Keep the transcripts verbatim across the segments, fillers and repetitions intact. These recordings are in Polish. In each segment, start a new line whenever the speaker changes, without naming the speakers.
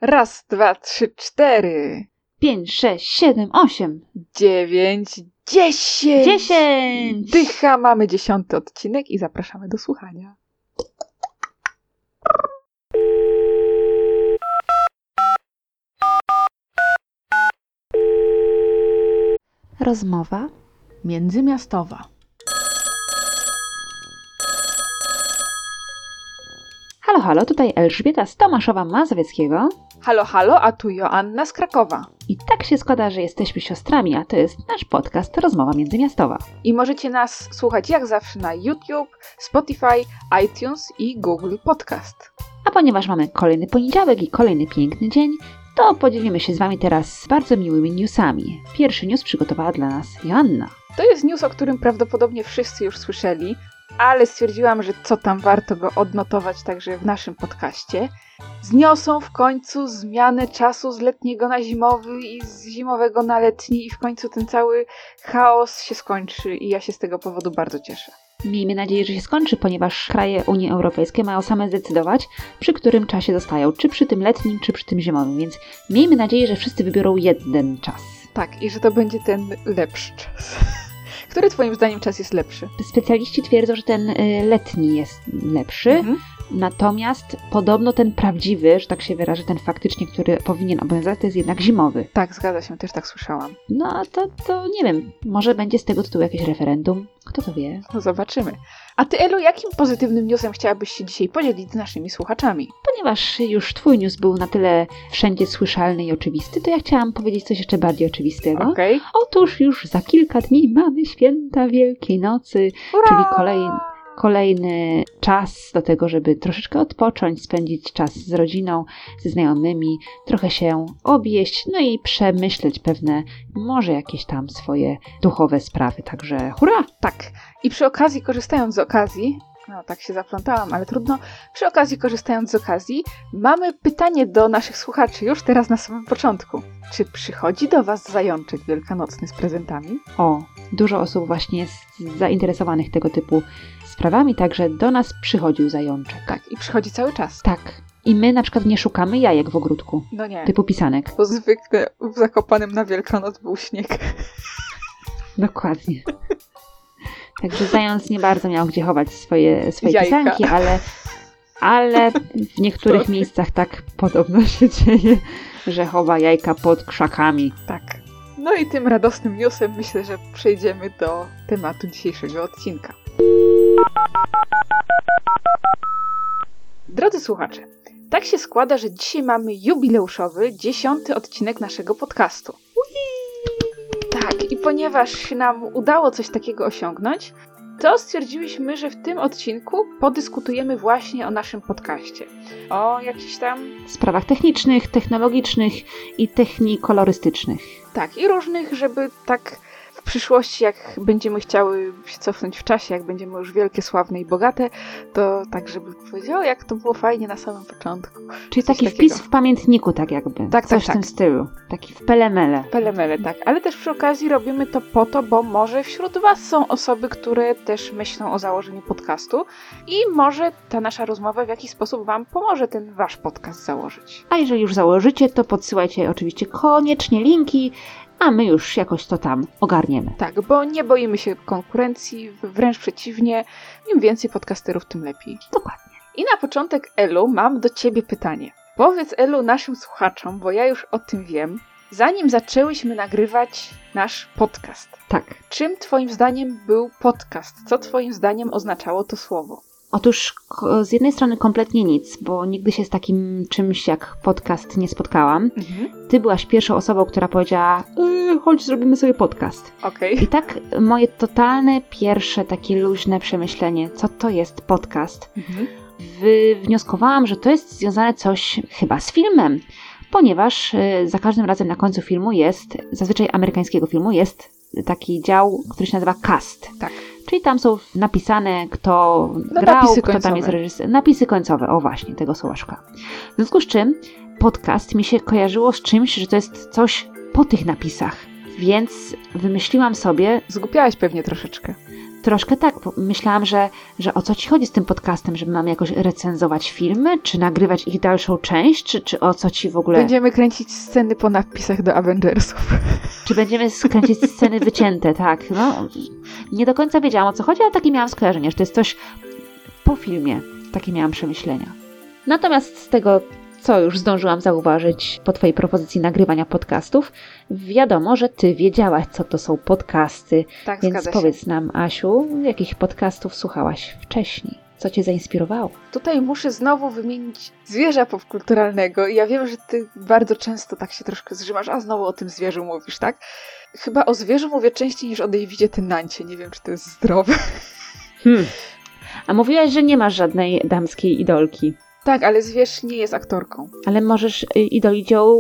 Raz, dwa, trzy, cztery.
Pięć, sześć, siedem, osiem.
Dziewięć, dziesięć.
Dziesięć!
Dycha, mamy dziesiąty odcinek i zapraszamy do słuchania.
Rozmowa
międzymiastowa.
Halo, halo, tutaj Elżbieta z Tomaszowa Mazowieckiego.
Halo, halo, a tu Joanna z Krakowa.
I tak się składa, że jesteśmy siostrami, a to jest nasz podcast Rozmowa Międzymiastowa.
I możecie nas słuchać jak zawsze na YouTube, Spotify, iTunes i Google Podcast.
A ponieważ mamy kolejny poniedziałek i kolejny piękny dzień, to podzielimy się z Wami teraz bardzo miłymi newsami. Pierwszy news przygotowała dla nas Joanna.
To jest news, o którym prawdopodobnie wszyscy już słyszeli, ale stwierdziłam, że co tam warto go odnotować także w naszym podcaście. Zniosą w końcu zmianę czasu z letniego na zimowy i z zimowego na letni i w końcu ten cały chaos się skończy i ja się z tego powodu bardzo cieszę.
Miejmy nadzieję, że się skończy, ponieważ kraje Unii Europejskiej mają same zdecydować, przy którym czasie zostają, czy przy tym letnim, czy przy tym zimowym, więc miejmy nadzieję, że wszyscy wybiorą jeden czas.
Tak, i że to będzie ten lepszy czas. Który twoim zdaniem czas jest lepszy?
Specjaliści twierdzą, że ten y, letni jest lepszy, mhm. Natomiast podobno ten prawdziwy, że tak się wyrażę, ten faktycznie, który powinien obowiązywać, to jest jednak zimowy.
Tak, zgadza się, też tak słyszałam.
No to, to nie wiem, może będzie z tego tytułu jakieś referendum, kto to wie?
No zobaczymy. A ty, Elu, jakim pozytywnym newsem chciałabyś się dzisiaj podzielić z naszymi słuchaczami?
Ponieważ już twój news był na tyle wszędzie słyszalny i oczywisty, to ja chciałam powiedzieć coś jeszcze bardziej oczywistego.
Okay.
Otóż już za kilka dni mamy święta Wielkiej Nocy,
Ura!
czyli kolejny... Kolejny czas do tego, żeby troszeczkę odpocząć, spędzić czas z rodziną, ze znajomymi, trochę się objeść, no i przemyśleć pewne, może jakieś tam swoje duchowe sprawy. Także hurra!
Tak. I przy okazji, korzystając z okazji, no tak się zaplątałam, ale trudno, przy okazji, korzystając z okazji, mamy pytanie do naszych słuchaczy już teraz na samym początku. Czy przychodzi do was zajączek wielkanocny z prezentami?
O, dużo osób właśnie jest zainteresowanych tego typu sprawami, także do nas przychodził zajączek.
Tak, i przychodzi cały czas.
Tak. I my na przykład nie szukamy jajek w ogródku.
No nie.
Typu pisanek.
Bo zwykle w Zakopanem na Wielkanoc był śnieg.
Dokładnie. Także zając nie bardzo miał gdzie chować swoje, swoje pisanki, ale, ale w niektórych Trochę. miejscach tak podobno się dzieje, że chowa jajka pod krzakami.
Tak. No i tym radosnym newsem myślę, że przejdziemy do tematu dzisiejszego odcinka. Drodzy słuchacze, tak się składa, że dzisiaj mamy jubileuszowy, dziesiąty odcinek naszego podcastu. Ui! Tak, i ponieważ nam udało coś takiego osiągnąć, to stwierdziłyśmy, że w tym odcinku podyskutujemy właśnie o naszym podcaście. O jakichś tam...
sprawach technicznych, technologicznych i technikolorystycznych.
Tak, i różnych, żeby tak... w przyszłości, jak będziemy chciały się cofnąć w czasie, jak będziemy już wielkie, sławne i bogate, to tak, żeby powiedział, jak to było fajnie na samym początku.
Czyli
Coś
taki
takiego.
wpis w pamiętniku, tak jakby.
Tak,
Coś
tak,
w tym
tak.
stylu. Taki w pelemele.
Pelemele, tak. Ale też przy okazji robimy to po to, bo może wśród was są osoby, które też myślą o założeniu podcastu i może ta nasza rozmowa w jakiś sposób wam pomoże ten wasz podcast założyć.
A jeżeli już założycie, to podsyłajcie oczywiście koniecznie linki, a my już jakoś to tam ogarniemy.
Tak, bo nie boimy się konkurencji, wręcz przeciwnie, im więcej podcasterów, tym lepiej.
Dokładnie.
I na początek, Elu, mam do ciebie pytanie. Powiedz, Elu, naszym słuchaczom, bo ja już o tym wiem, zanim zaczęłyśmy nagrywać nasz podcast.
Tak.
Czym twoim zdaniem był podcast? Co twoim zdaniem oznaczało to słowo?
Otóż z jednej strony kompletnie nic, bo nigdy się z takim czymś jak podcast nie spotkałam. Mhm. Ty byłaś pierwszą osobą, która powiedziała, yy, chodź, zrobimy sobie podcast.
Okay.
I tak moje totalne, pierwsze takie luźne przemyślenie, co to jest podcast, mhm. wywnioskowałam, że to jest związane coś chyba z filmem, ponieważ yy, za każdym razem na końcu filmu jest, zazwyczaj amerykańskiego filmu, jest taki dział, który się nazywa cast.
Tak.
Czyli tam są napisane, kto
no,
grał, kto końcowe. Tam jest reżyser. Napisy końcowe, o właśnie, tego słowa szukam. W związku z czym podcast mi się kojarzyło z czymś, że to jest coś po tych napisach. Więc wymyśliłam sobie...
Zgłupiałaś pewnie troszeczkę.
Troszkę tak. Myślałam, że, że o co ci chodzi z tym podcastem, że mamy jakoś recenzować filmy, czy nagrywać ich dalszą część, czy, czy o co ci w ogóle...
Będziemy kręcić sceny po napisach do Avengersów.
Czy będziemy skręcić sceny wycięte, tak. No, nie do końca wiedziałam, o co chodzi, ale takie miałam skojarzenie, że to jest coś po filmie. Takie miałam przemyślenia. Natomiast z tego, co już zdążyłam zauważyć po twojej propozycji nagrywania podcastów, wiadomo, że ty wiedziałaś, co to są podcasty.
Tak,
Więc
zgadza się.
powiedz nam, Asiu, jakich podcastów słuchałaś wcześniej? Co cię zainspirowało?
Tutaj muszę znowu wymienić zwierza popkulturalnego. I ja wiem, że ty bardzo często tak się troszkę zżymasz, a znowu o tym zwierzu mówisz, tak? Chyba o zwierzu mówię częściej niż o Davidzie Tennancie. Nie wiem, czy to jest zdrowe.
Hmm. A mówiłaś, że nie masz żadnej damskiej idolki.
Tak, ale zwierz nie jest aktorką.
Ale możesz y, idolić ją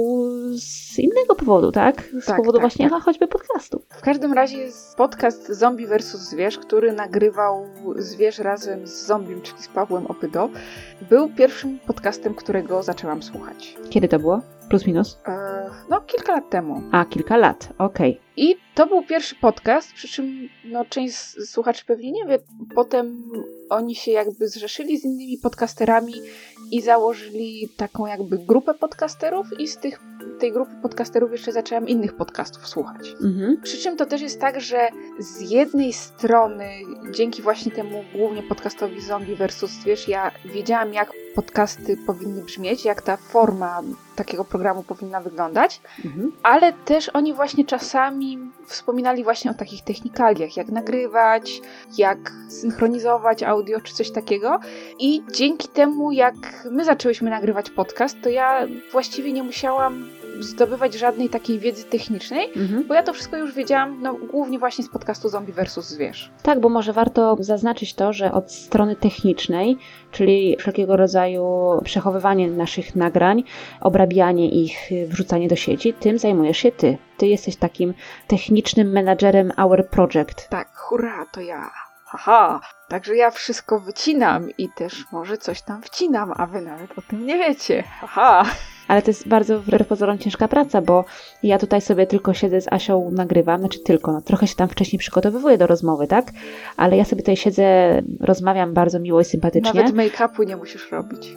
z innego powodu, tak? Z
Tak,
powodu
tak,
właśnie
tak.
no, choćby podcastu.
W każdym razie jest podcast Zombie versus Zwierz, który nagrywał Zwierz razem z Zombiem, czyli z Pawłem Opydo. Był pierwszym podcastem, którego zaczęłam słuchać.
Kiedy to było? Plus minus?
Eee, no, kilka lat temu.
A, kilka lat, okej.
I to był pierwszy podcast, przy czym no, część z słuchaczy pewnie nie wie. Potem oni się jakby zrzeszyli z innymi podcasterami i założyli taką jakby grupę podcasterów i z tych, tej grupy podcasterów jeszcze zaczęłam innych podcastów słuchać.
Mhm.
Przy czym to też jest tak, że z jednej strony dzięki właśnie temu głównie podcastowi Zombie versus Zwierz ja wiedziałam, jak podcasty powinny brzmieć, jak ta forma takiego programu powinna wyglądać,
Mhm.
ale też oni właśnie czasami wspominali właśnie o takich technikaliach, jak nagrywać, jak synchronizować audio czy coś takiego. I dzięki temu, jak my zaczęłyśmy nagrywać podcast, to ja właściwie nie musiałam zdobywać żadnej takiej wiedzy technicznej,
Mhm.
bo ja to wszystko już wiedziałam, no głównie właśnie z podcastu Zombie versus Zwierz.
Tak, bo może warto zaznaczyć to, że od strony technicznej, czyli wszelkiego rodzaju przechowywanie naszych nagrań, obrabianie ich, wrzucanie do sieci, tym zajmujesz się ty. Ty jesteś takim technicznym menadżerem Our Project.
Tak, hurra, to ja. Haha, także ja wszystko wycinam i też może coś tam wcinam, a wy nawet o tym nie wiecie. Haha.
Ale to jest bardzo wbrew pozorom ciężka praca, bo ja tutaj sobie tylko siedzę z Asią, nagrywam, znaczy tylko, no trochę się tam wcześniej przygotowywuję do rozmowy, tak? Ale ja sobie tutaj siedzę, rozmawiam bardzo miło i sympatycznie.
Nawet make-upu nie musisz robić.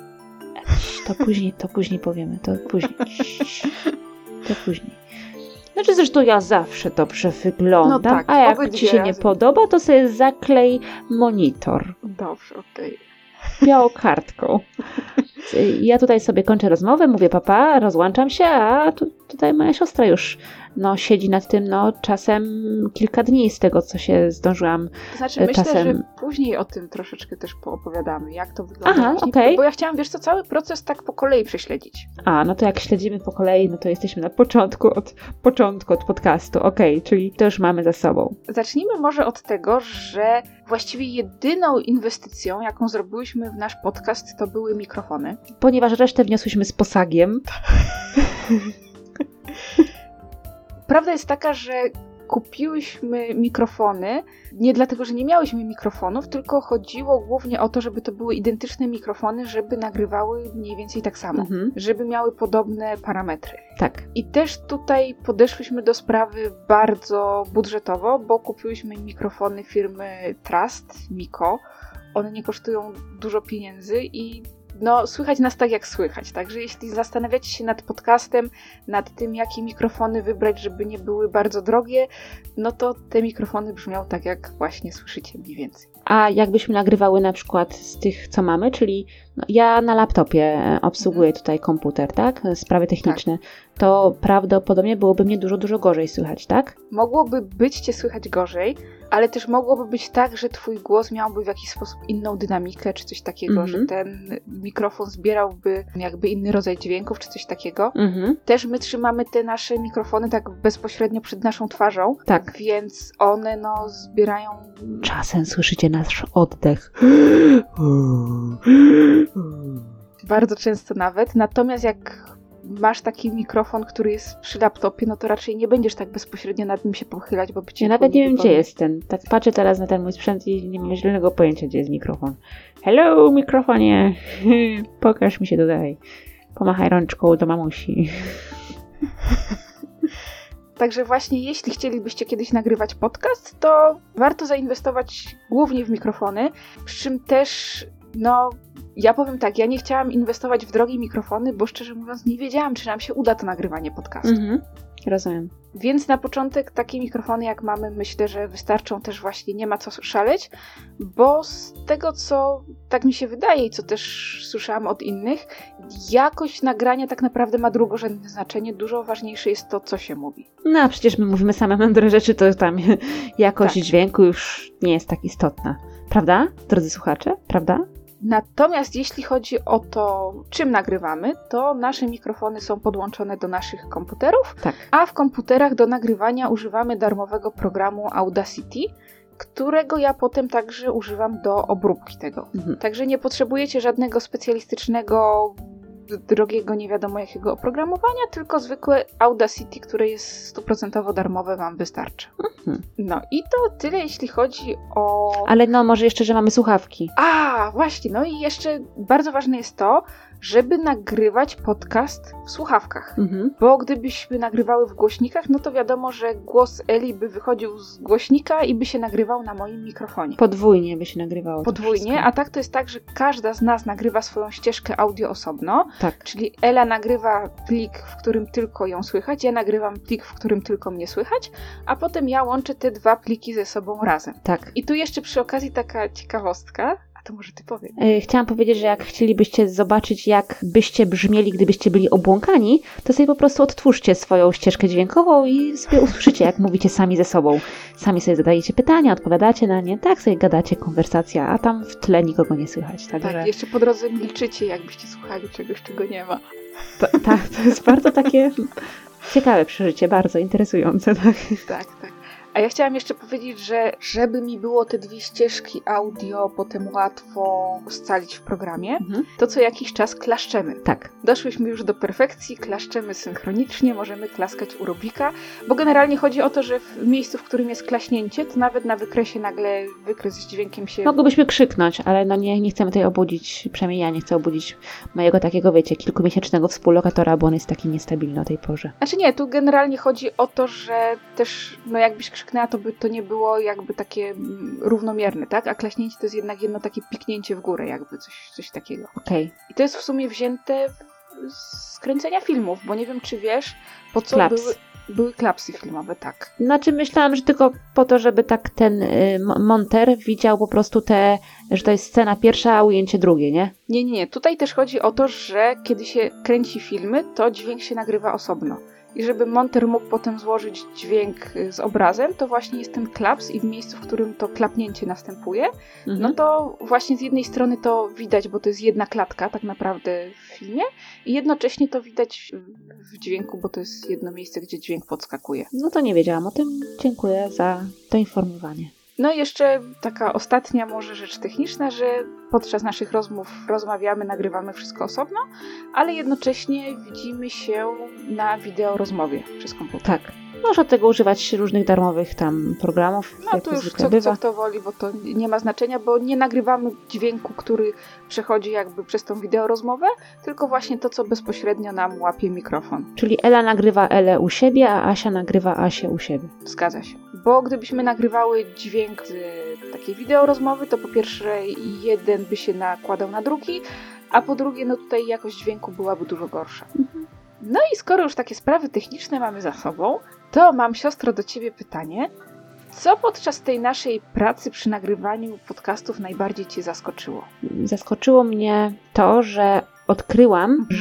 To później, to później powiemy, to później. To później. Znaczy zresztą ja zawsze dobrze wyglądam,
No tak,
a jak
obydwie
ci się nie
razem.
podoba, to sobie zaklej monitor
Dobrze, okej.
białą kartką. Ja tutaj sobie kończę rozmowę, mówię papa, rozłączam się, a tu, tutaj moja siostra już no, siedzi nad tym no, czasem kilka dni z tego, co się zdążyłam.
To znaczy myślę,
Czasem-
że później o tym troszeczkę też poopowiadamy, jak to wygląda.
Aha,
właśnie,
okej.
Bo ja chciałam, wiesz co, cały proces tak po kolei prześledzić.
A, no to jak śledzimy po kolei, no to jesteśmy na początku, od początku, od podcastu, okej, czyli to już mamy za sobą.
Zacznijmy może od tego, że właściwie jedyną inwestycją, jaką zrobiłyśmy w nasz podcast, to były mikrofony.
Ponieważ resztę wniosłyśmy z posagiem.
Prawda jest taka, że kupiłyśmy mikrofony nie dlatego, że nie miałyśmy mikrofonów, tylko chodziło głównie o to, żeby to były identyczne mikrofony, żeby nagrywały mniej więcej tak samo.
Mhm.
Żeby miały podobne parametry.
Tak.
I też tutaj podeszłyśmy do sprawy bardzo budżetowo, bo kupiłyśmy mikrofony firmy Trust, Miko. One nie kosztują dużo pieniędzy i no, słychać nas tak jak słychać. Także jeśli zastanawiacie się nad podcastem, nad tym, jakie mikrofony wybrać, żeby nie były bardzo drogie, no to te mikrofony brzmią tak, jak właśnie słyszycie mniej więcej.
A jakbyśmy nagrywały na przykład z tych, co mamy, czyli no, ja na laptopie e, obsługuję tutaj komputer, tak? Sprawy techniczne, to prawdopodobnie byłoby mnie dużo, dużo gorzej słychać, tak?
Mogłoby być cię słychać gorzej, ale też mogłoby być tak, że twój głos miałby w jakiś sposób inną dynamikę, czy coś takiego,
Mhm.
że ten mikrofon zbierałby jakby inny rodzaj dźwięków, czy coś takiego.
Mhm.
Też my trzymamy te nasze mikrofony tak bezpośrednio przed naszą twarzą,
Tak.
więc one no zbierają...
Czasem słyszycie nasz oddech.
Bardzo często nawet, natomiast jak masz taki mikrofon, który jest przy laptopie, no to raczej nie będziesz tak bezpośrednio nad nim się pochylać, bo by cię
Ja nawet nie wiem,
wypadło.
gdzie jest ten. Tak patrzę teraz na ten mój sprzęt i nie mam zielonego pojęcia, gdzie jest mikrofon. Hello, mikrofonie! Pokaż mi się tutaj. Pomachaj rączką do mamusi.
Także właśnie jeśli chcielibyście kiedyś nagrywać podcast, to warto zainwestować głównie w mikrofony, przy czym też, no, ja powiem tak, ja nie chciałam inwestować w drogie mikrofony, bo szczerze mówiąc nie wiedziałam, czy nam się uda to nagrywanie podcastu.
Mhm. Rozumiem.
Więc na początek takie mikrofony jak mamy, myślę, że wystarczą też właśnie, nie ma co szaleć, bo z tego co tak mi się wydaje i co też słyszałam od innych, jakość nagrania tak naprawdę ma drugorzędne znaczenie, dużo ważniejsze jest to, co się mówi.
No a przecież my mówimy same mądre rzeczy, to tam jakość
Tak.
dźwięku już nie jest tak istotna. Prawda, drodzy słuchacze? Prawda?
Natomiast jeśli chodzi o to, czym nagrywamy, to nasze mikrofony są podłączone do naszych komputerów,
Tak.
a w komputerach do nagrywania używamy darmowego programu Audacity, którego ja potem także używam do obróbki tego.
Mhm.
Także nie potrzebujecie żadnego specjalistycznego, drogiego, nie wiadomo jakiego oprogramowania, tylko zwykłe Audacity, które jest stuprocentowo darmowe, wam wystarczy.
Mhm.
No i to tyle, jeśli chodzi o...
Ale no może jeszcze, że mamy słuchawki.
A, właśnie, no i jeszcze bardzo ważne jest to, żeby nagrywać podcast w słuchawkach.
Mhm.
Bo gdybyśmy nagrywały w głośnikach, no to wiadomo, że głos Eli by wychodził z głośnika i by się nagrywał na moim mikrofonie.
Podwójnie by się nagrywało. to
Podwójnie,
wszystko.
a tak to jest tak, że każda z nas nagrywa swoją ścieżkę audio osobno,
Tak.
czyli Ela nagrywa plik, w którym tylko ją słychać, ja nagrywam plik, w którym tylko mnie słychać, a potem ja łączę te dwa pliki ze sobą razem.
Tak.
I tu jeszcze przy okazji taka ciekawostka, a to może ty powiedz.
Yy, Chciałam powiedzieć, że jak chcielibyście zobaczyć, jak byście brzmieli, gdybyście byli obłąkani, to sobie po prostu odtwórzcie swoją ścieżkę dźwiękową i sobie usłyszycie, jak mówicie sami ze sobą. Sami sobie zadajecie pytania, odpowiadacie na nie, tak sobie gadacie, konwersacja, a tam w tle nikogo nie słychać. Także
Tak, jeszcze po drodze milczycie, jakbyście słuchali czegoś, czego nie ma.
to, tak, to jest bardzo takie ciekawe przeżycie, bardzo interesujące. Tak.
Tak, tak. A ja chciałam jeszcze powiedzieć, że żeby mi było te dwie ścieżki audio potem łatwo scalić w programie,
Mhm.
to co jakiś czas klaszczemy.
Tak.
Doszłyśmy już do perfekcji, klaszczemy synchronicznie, możemy klaskać u Robika, bo generalnie chodzi o to, że w miejscu, w którym jest klaśnięcie, to nawet na wykresie nagle wykres z dźwiękiem się...
Mogłybyśmy krzyknąć, ale no nie, nie chcemy tutaj obudzić, przynajmniej ja nie chcę obudzić mojego takiego, wiecie, kilkumiesięcznego współlokatora, bo on jest taki niestabilny o tej porze.
Znaczy nie, tu generalnie chodzi o to, że też, no jakbyś krzyknęła, to by to nie było jakby takie mm, równomierne, tak? A klaśnięcie to jest jednak jedno takie piknięcie w górę, jakby coś, coś takiego.
Okej.
I to jest w sumie wzięte z kręcenia filmów, bo nie wiem, czy wiesz, po co
Klaps.
były, były klapsy filmowe, tak.
Znaczy myślałam, że tylko po to, żeby tak ten y, mo- monter widział po prostu te, że to jest scena pierwsza, a ujęcie drugie, nie?
Nie, nie, nie. Tutaj też chodzi o to, że kiedy się kręci filmy, to dźwięk się nagrywa osobno. I żeby monter mógł potem złożyć dźwięk z obrazem, to właśnie jest ten klaps i w miejscu, w którym to klapnięcie następuje,
Mhm.
no to właśnie z jednej strony to widać, bo to jest jedna klatka tak naprawdę w filmie i jednocześnie to widać w dźwięku, bo to jest jedno miejsce, gdzie dźwięk podskakuje.
No to nie wiedziałam o tym. Dziękuję za to informowanie.
No i jeszcze taka ostatnia może rzecz techniczna, że podczas naszych rozmów rozmawiamy, nagrywamy wszystko osobno, ale jednocześnie widzimy się na wideo rozmowie przez komputer.
Tak. Można do tego używać różnych darmowych tam programów,
No
jak
to
to
już
zwykle
co,
bywa.
co kto woli, bo to nie ma znaczenia, bo nie nagrywamy dźwięku, który przechodzi jakby przez tą wideo rozmowę, tylko właśnie to, co bezpośrednio nam łapie mikrofon.
Czyli Ela nagrywa Elę u siebie, a Asia nagrywa Asię u siebie.
Zgadza się. Bo gdybyśmy nagrywały dźwięk z takiej wideo rozmowy, to po pierwsze jeden by się nakładał na drugi, a po drugie no tutaj jakość dźwięku byłaby dużo gorsza.
Mhm.
No i skoro już takie sprawy techniczne mamy za sobą, to mam, siostro, do ciebie pytanie. Co podczas tej naszej pracy przy nagrywaniu podcastów najbardziej cię zaskoczyło?
Zaskoczyło mnie to, że odkryłam,
Mhm.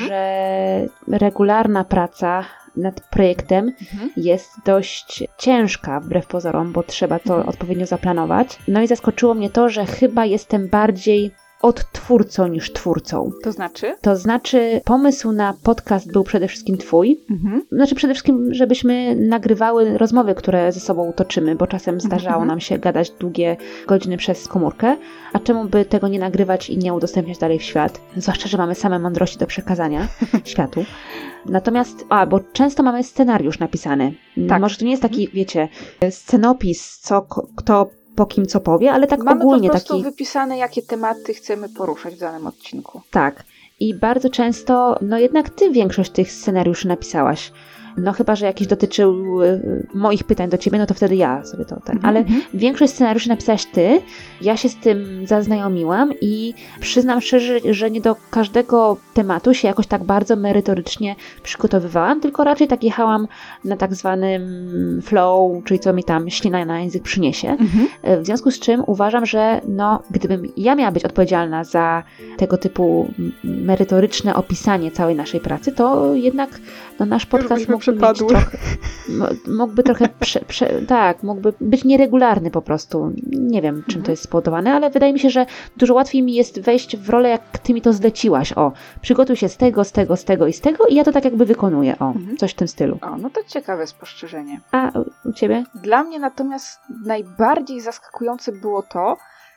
że regularna praca nad projektem
Mhm.
jest dość ciężka, wbrew pozorom, bo trzeba to
Mhm.
odpowiednio zaplanować. No i zaskoczyło mnie to, że chyba jestem bardziej odtwórcą niż twórcą.
To znaczy?
To znaczy, pomysł na podcast był przede wszystkim twój.
Mhm.
Znaczy przede wszystkim, żebyśmy nagrywały rozmowy, które ze sobą toczymy, bo czasem zdarzało
Mhm.
nam się gadać długie godziny przez komórkę, a czemu by tego nie nagrywać i nie udostępniać dalej w świat? Zwłaszcza, że mamy same mądrości do przekazania światu. Natomiast, a, bo często mamy scenariusz napisany.
Tak.
Może to nie jest taki, wiecie, scenopis, co ko- kto po kim co powie, ale tak
Mamy
ogólnie
po prostu
taki...
wypisane, jakie tematy chcemy poruszać w danym odcinku.
Tak. I bardzo często, no jednak ty większość tych scenariuszy napisałaś. No chyba, że jakiś dotyczył y, moich pytań do ciebie, no to wtedy ja sobie to tak. Ale
Mhm.
większość scenariuszy napisałaś ty, ja się z tym zaznajomiłam i przyznam szczerze, że nie do każdego tematu się jakoś tak bardzo merytorycznie przygotowywałam, tylko raczej tak jechałam na tak zwanym flow, czyli co mi tam ślina na język przyniesie.
Mhm.
W związku z czym uważam, że no, gdybym ja miała być odpowiedzialna za tego typu merytoryczne opisanie całej naszej pracy, to jednak no, nasz podcast mógłby mieć trochę, mógłby trochę prze, prze, tak, mógłby być nieregularny po prostu. Nie wiem, czym
Mhm.
to jest spowodowane, ale wydaje mi się, że dużo łatwiej mi jest wejść w rolę, jak ty mi to zleciłaś. O, przygotuj się z tego, z tego, z tego i z tego i ja to tak jakby wykonuję. O,
Mhm.
coś w tym stylu.
O, no to ciekawe spostrzeżenie.
A u ciebie?
Dla mnie natomiast najbardziej zaskakujące było to,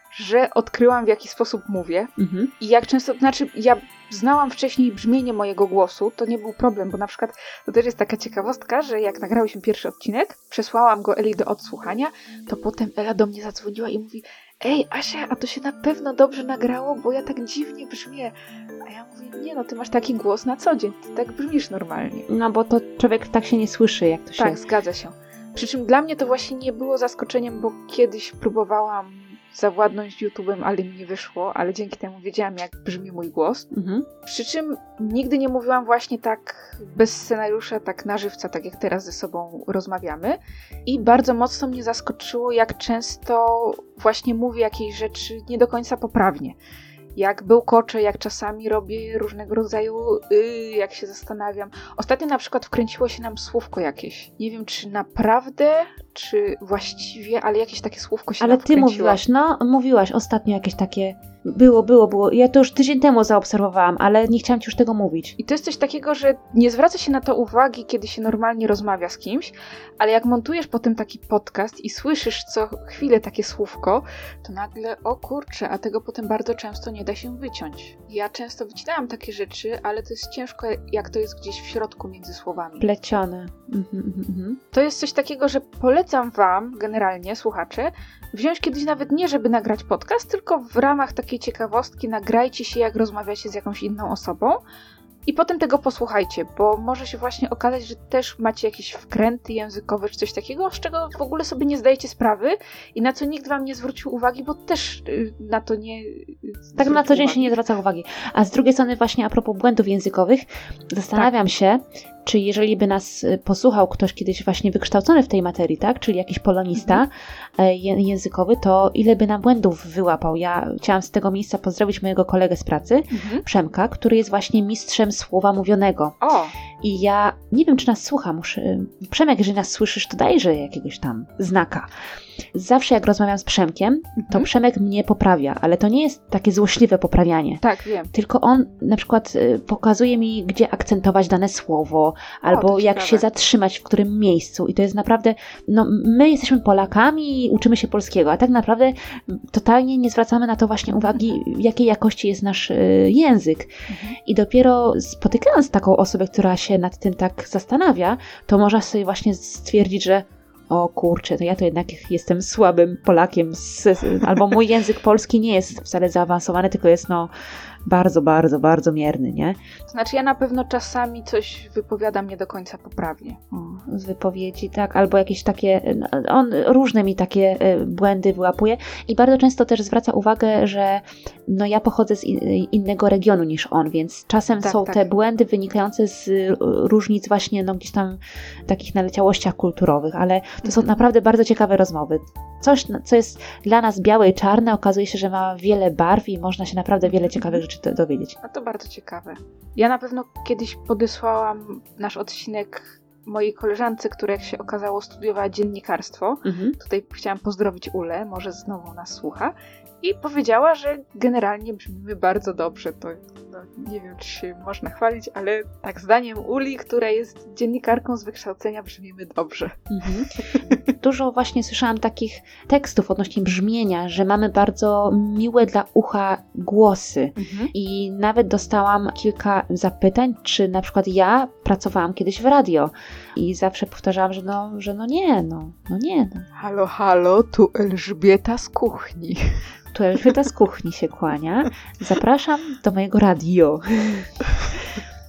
że odkryłam, w jaki sposób mówię
Mhm.
i jak często, znaczy ja znałam wcześniej brzmienie mojego głosu, to nie był problem, bo na przykład to też jest taka ciekawostka, że jak nagrałyśmy pierwszy odcinek, przesłałam go Eli do odsłuchania, to potem Ela do mnie zadzwoniła i mówi: ej Asia, a to się na pewno dobrze nagrało, bo ja tak dziwnie brzmię. A ja mówię: nie no, ty masz taki głos na co dzień, ty tak brzmisz normalnie.
No bo to człowiek tak się nie słyszy, jak to się...
Tak, zgadza się. Przy czym dla mnie to właśnie nie było zaskoczeniem, bo kiedyś próbowałam zawładnąć YouTube'em, ale mi nie wyszło, ale dzięki temu wiedziałam, jak brzmi mój głos.
Mhm.
Przy czym nigdy nie mówiłam właśnie tak bez scenariusza, tak na żywca, tak jak teraz ze sobą rozmawiamy. I bardzo mocno mnie zaskoczyło, jak często właśnie mówię jakieś rzeczy nie do końca poprawnie. Jak bełkoczę, jak czasami robię różnego rodzaju yy, jak się zastanawiam. Ostatnio na przykład wkręciło się nam słówko jakieś. Nie wiem, czy naprawdę, czy właściwie, ale jakieś takie słówko się
Ale
nam
ty
wkręciło.
mówiłaś, no mówiłaś ostatnio jakieś takie... Było, było, było. Ja to już tydzień temu zaobserwowałam, ale nie chciałam ci już tego mówić.
I to jest coś takiego, że nie zwraca się na to uwagi, kiedy się normalnie rozmawia z kimś, ale jak montujesz potem taki podcast i słyszysz co chwilę takie słówko, to nagle, o kurczę, a tego potem bardzo często nie da się wyciąć. Ja często wycinałam takie rzeczy, ale to jest ciężko, jak to jest gdzieś w środku między słowami.
Plecione. Mhm, mhm, mhm.
To jest coś takiego, że polecam wam, generalnie, słuchacze, wziąć kiedyś nawet nie, żeby nagrać podcast, tylko w ramach takiej ciekawostki nagrajcie się, jak rozmawiacie z jakąś inną osobą i potem tego posłuchajcie, bo może się właśnie okazać, że też macie jakieś wkręty językowe czy coś takiego, z czego w ogóle sobie nie zdajecie sprawy i na co nikt wam nie zwrócił uwagi, bo też y, na to nie... Y,
Tak na co dzień
uwagi.
się nie zwraca uwagi. A z drugiej strony właśnie a propos błędów językowych, zastanawiam
Tak.
się, czy jeżeli by nas y, posłuchał ktoś kiedyś właśnie wykształcony w tej materii, tak, czyli jakiś polonista
Mhm.
e, je, językowy, to ile by nam błędów wyłapał. Ja chciałam z tego miejsca pozdrowić mojego kolegę z pracy,
Mhm.
Przemka, który jest właśnie mistrzem słowa mówionego.
O!
I ja nie wiem, czy nas słucha. Muszę... Przemek, jeżeli nas słyszysz, to dajże jakiegoś tam znaka. Zawsze jak rozmawiam z Przemkiem, to
Mhm.
Przemek mnie poprawia, ale to nie jest takie złośliwe poprawianie.
Tak, wiem.
Tylko on na przykład y, pokazuje mi, gdzie akcentować dane słowo, albo
to
jak
ciekawe.
się zatrzymać w którym miejscu. I to jest naprawdę, no my jesteśmy Polakami i uczymy się polskiego, a tak naprawdę m, totalnie nie zwracamy na to właśnie uwagi, jakiej jakości jest nasz y, język.
Mhm.
I dopiero spotykając taką osobę, która się nad tym tak zastanawia, to można sobie właśnie stwierdzić, że o kurczę, to ja to jednak jestem słabym Polakiem, z, albo mój język polski nie jest wcale zaawansowany, tylko jest no bardzo, bardzo, bardzo mierny, nie?
To znaczy ja na pewno czasami coś wypowiadam nie do końca poprawnie.
O, z wypowiedzi, tak, albo jakieś takie, no, on różne mi takie e, błędy wyłapuje i bardzo często też zwraca uwagę, że no ja pochodzę z in, innego regionu niż on, więc czasem
Tak,
są
tak.
te błędy wynikające z e, różnic właśnie no gdzieś tam takich naleciałościach kulturowych, ale to są
Mhm.
naprawdę bardzo ciekawe rozmowy. Coś, co jest dla nas białe i czarne, okazuje się, że ma wiele barw i można się naprawdę wiele ciekawych rzeczy do- dowiedzieć.
No to bardzo ciekawe. Ja na pewno kiedyś podesłałam nasz odcinek mojej koleżance, która jak się okazało studiowała dziennikarstwo.
Mhm.
Tutaj chciałam pozdrowić Ulę, może znowu nas słucha. I powiedziała, że generalnie brzmimy bardzo dobrze. To no, nie wiem, czy się można chwalić, ale tak zdaniem Uli, która jest dziennikarką z wykształcenia, brzmimy dobrze.
Mhm. Dużo właśnie słyszałam takich tekstów odnośnie brzmienia, że mamy bardzo miłe dla ucha głosy.
Mhm.
I nawet dostałam kilka zapytań, czy na przykład ja pracowałam kiedyś w radio i zawsze powtarzałam, że no, że no nie, no, no nie. No.
Halo, halo, tu Elżbieta z kuchni.
Tu Elżbieta z kuchni się kłania. Zapraszam do mojego radio.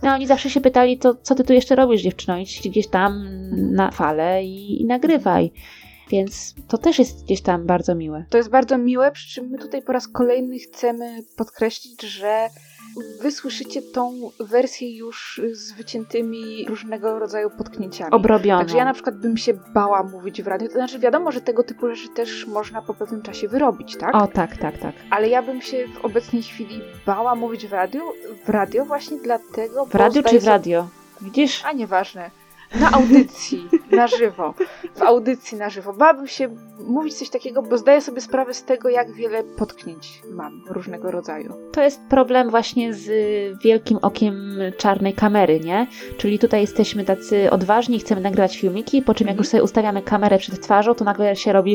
No oni zawsze się pytali, to co ty tu jeszcze robisz, dziewczyno? Idź gdzieś tam na falę i, i nagrywaj. Więc to też jest gdzieś tam bardzo miłe.
To jest bardzo miłe, przy czym my tutaj po raz kolejny chcemy podkreślić, że wy słyszycie tą wersję już z wyciętymi różnego rodzaju potknięciami.
Obrobioną.
Także ja na przykład bym się bała mówić w radiu. To znaczy wiadomo, że tego typu rzeczy też można po pewnym czasie wyrobić, tak?
O, tak, tak, tak.
Ale ja bym się w obecnej chwili bała mówić w radiu, w radio właśnie dlatego,
W radiu czy w radio? Widzisz?
A nieważne. Na audycji, na żywo. W audycji na żywo. Bałabym się mówić coś takiego, bo zdaję sobie sprawę z tego, jak wiele potknięć mam różnego rodzaju.
To jest problem właśnie z wielkim okiem czarnej kamery, nie? Czyli tutaj jesteśmy tacy odważni, chcemy nagrywać filmiki, po czym jak już sobie ustawiamy kamerę przed twarzą, to nagle się robi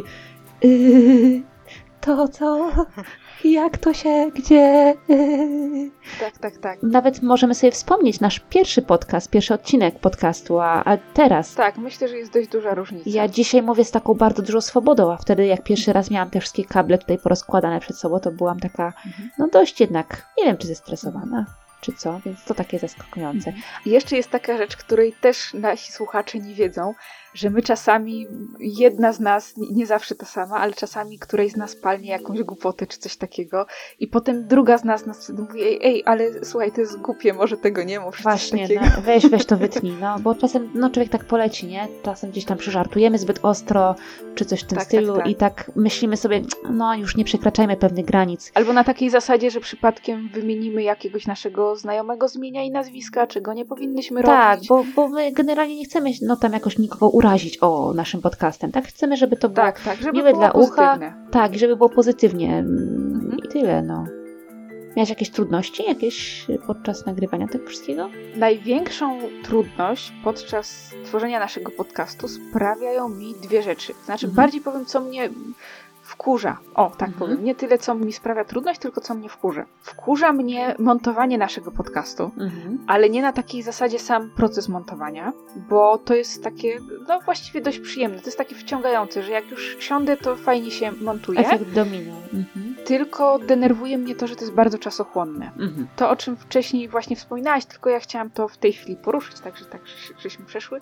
yy, to co? Jak to się, gdzie? Yy.
Tak, tak, tak.
Nawet możemy sobie wspomnieć nasz pierwszy podcast, pierwszy odcinek podcastu, a, a teraz.
Tak, myślę, że jest dość duża różnica.
Ja dzisiaj mówię z taką bardzo dużą swobodą, a wtedy jak pierwszy raz miałam te wszystkie kable tutaj porozkładane przed sobą, to byłam taka, mhm. no dość jednak, nie wiem czy zestresowana, czy co, więc to takie zaskakujące.
I jeszcze jest taka rzecz, której też nasi słuchacze nie wiedzą, że my czasami, jedna z nas, nie zawsze ta sama, ale czasami którejś z nas palnie jakąś głupotę czy coś takiego i potem druga z nas, nas mówi, ej, ej, ale słuchaj, to jest głupie, może tego nie mów.
Właśnie, no, weź, weź to wytnij, no, bo czasem no, człowiek tak poleci, nie? Czasem gdzieś tam przyżartujemy zbyt ostro, czy coś w tym
tak,
stylu
tak, tak.
i tak myślimy sobie, no już nie przekraczajmy pewnych granic.
Albo na takiej zasadzie, że przypadkiem wymienimy jakiegoś naszego znajomego z imienia i nazwiska, czego nie powinnyśmy
tak,
robić.
Tak, bo, bo my generalnie nie chcemy no tam jakoś nikogo urazić o naszym podcastem, tak? Chcemy, żeby to było
tak, tak, żeby
miłe
było
dla ucha,
pozytywne.
tak, żeby było pozytywnie
Mhm.
i tyle, no. Miałaś jakieś trudności jakieś podczas nagrywania tego wszystkiego?
Największą trudność podczas tworzenia naszego podcastu sprawiają mi dwie rzeczy. Znaczy,
Mhm.
bardziej powiem, co mnie wkurza. O, tak
Mhm.
powiem. Nie tyle, co mi sprawia trudność, tylko co mnie wkurza. Wkurza mnie montowanie naszego podcastu,
Mhm.
ale nie na takiej zasadzie sam proces montowania, bo to jest takie, no właściwie dość przyjemne. To jest takie wciągające, że jak już siądę, to fajnie się montuje.
Efekt domino. Mhm.
Tylko denerwuje mnie to, że to jest bardzo czasochłonne.
Mhm.
To, o czym wcześniej właśnie wspominałaś, tylko ja chciałam to w tej chwili poruszyć, także tak żeśmy przeszły,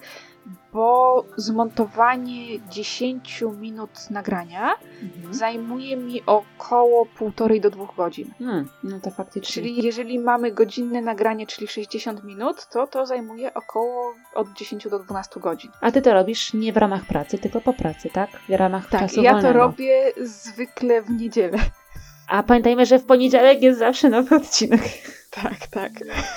bo zmontowanie dziesięć minut nagrania
Mhm.
zajmuje mi około półtorej do dwóch godzin.
Hmm, no to faktycznie.
Czyli jeżeli mamy godzinne nagranie, czyli sześćdziesiąt minut, to to zajmuje około od dziesięciu do dwunastu godzin.
A ty to robisz nie w ramach pracy, tylko po pracy, tak? W ramach
Tak,
czasu
ja
wolnego.
to robię zwykle w niedzielę.
A pamiętajmy, że w poniedziałek jest zawsze nowy odcinek.
Tak, tak.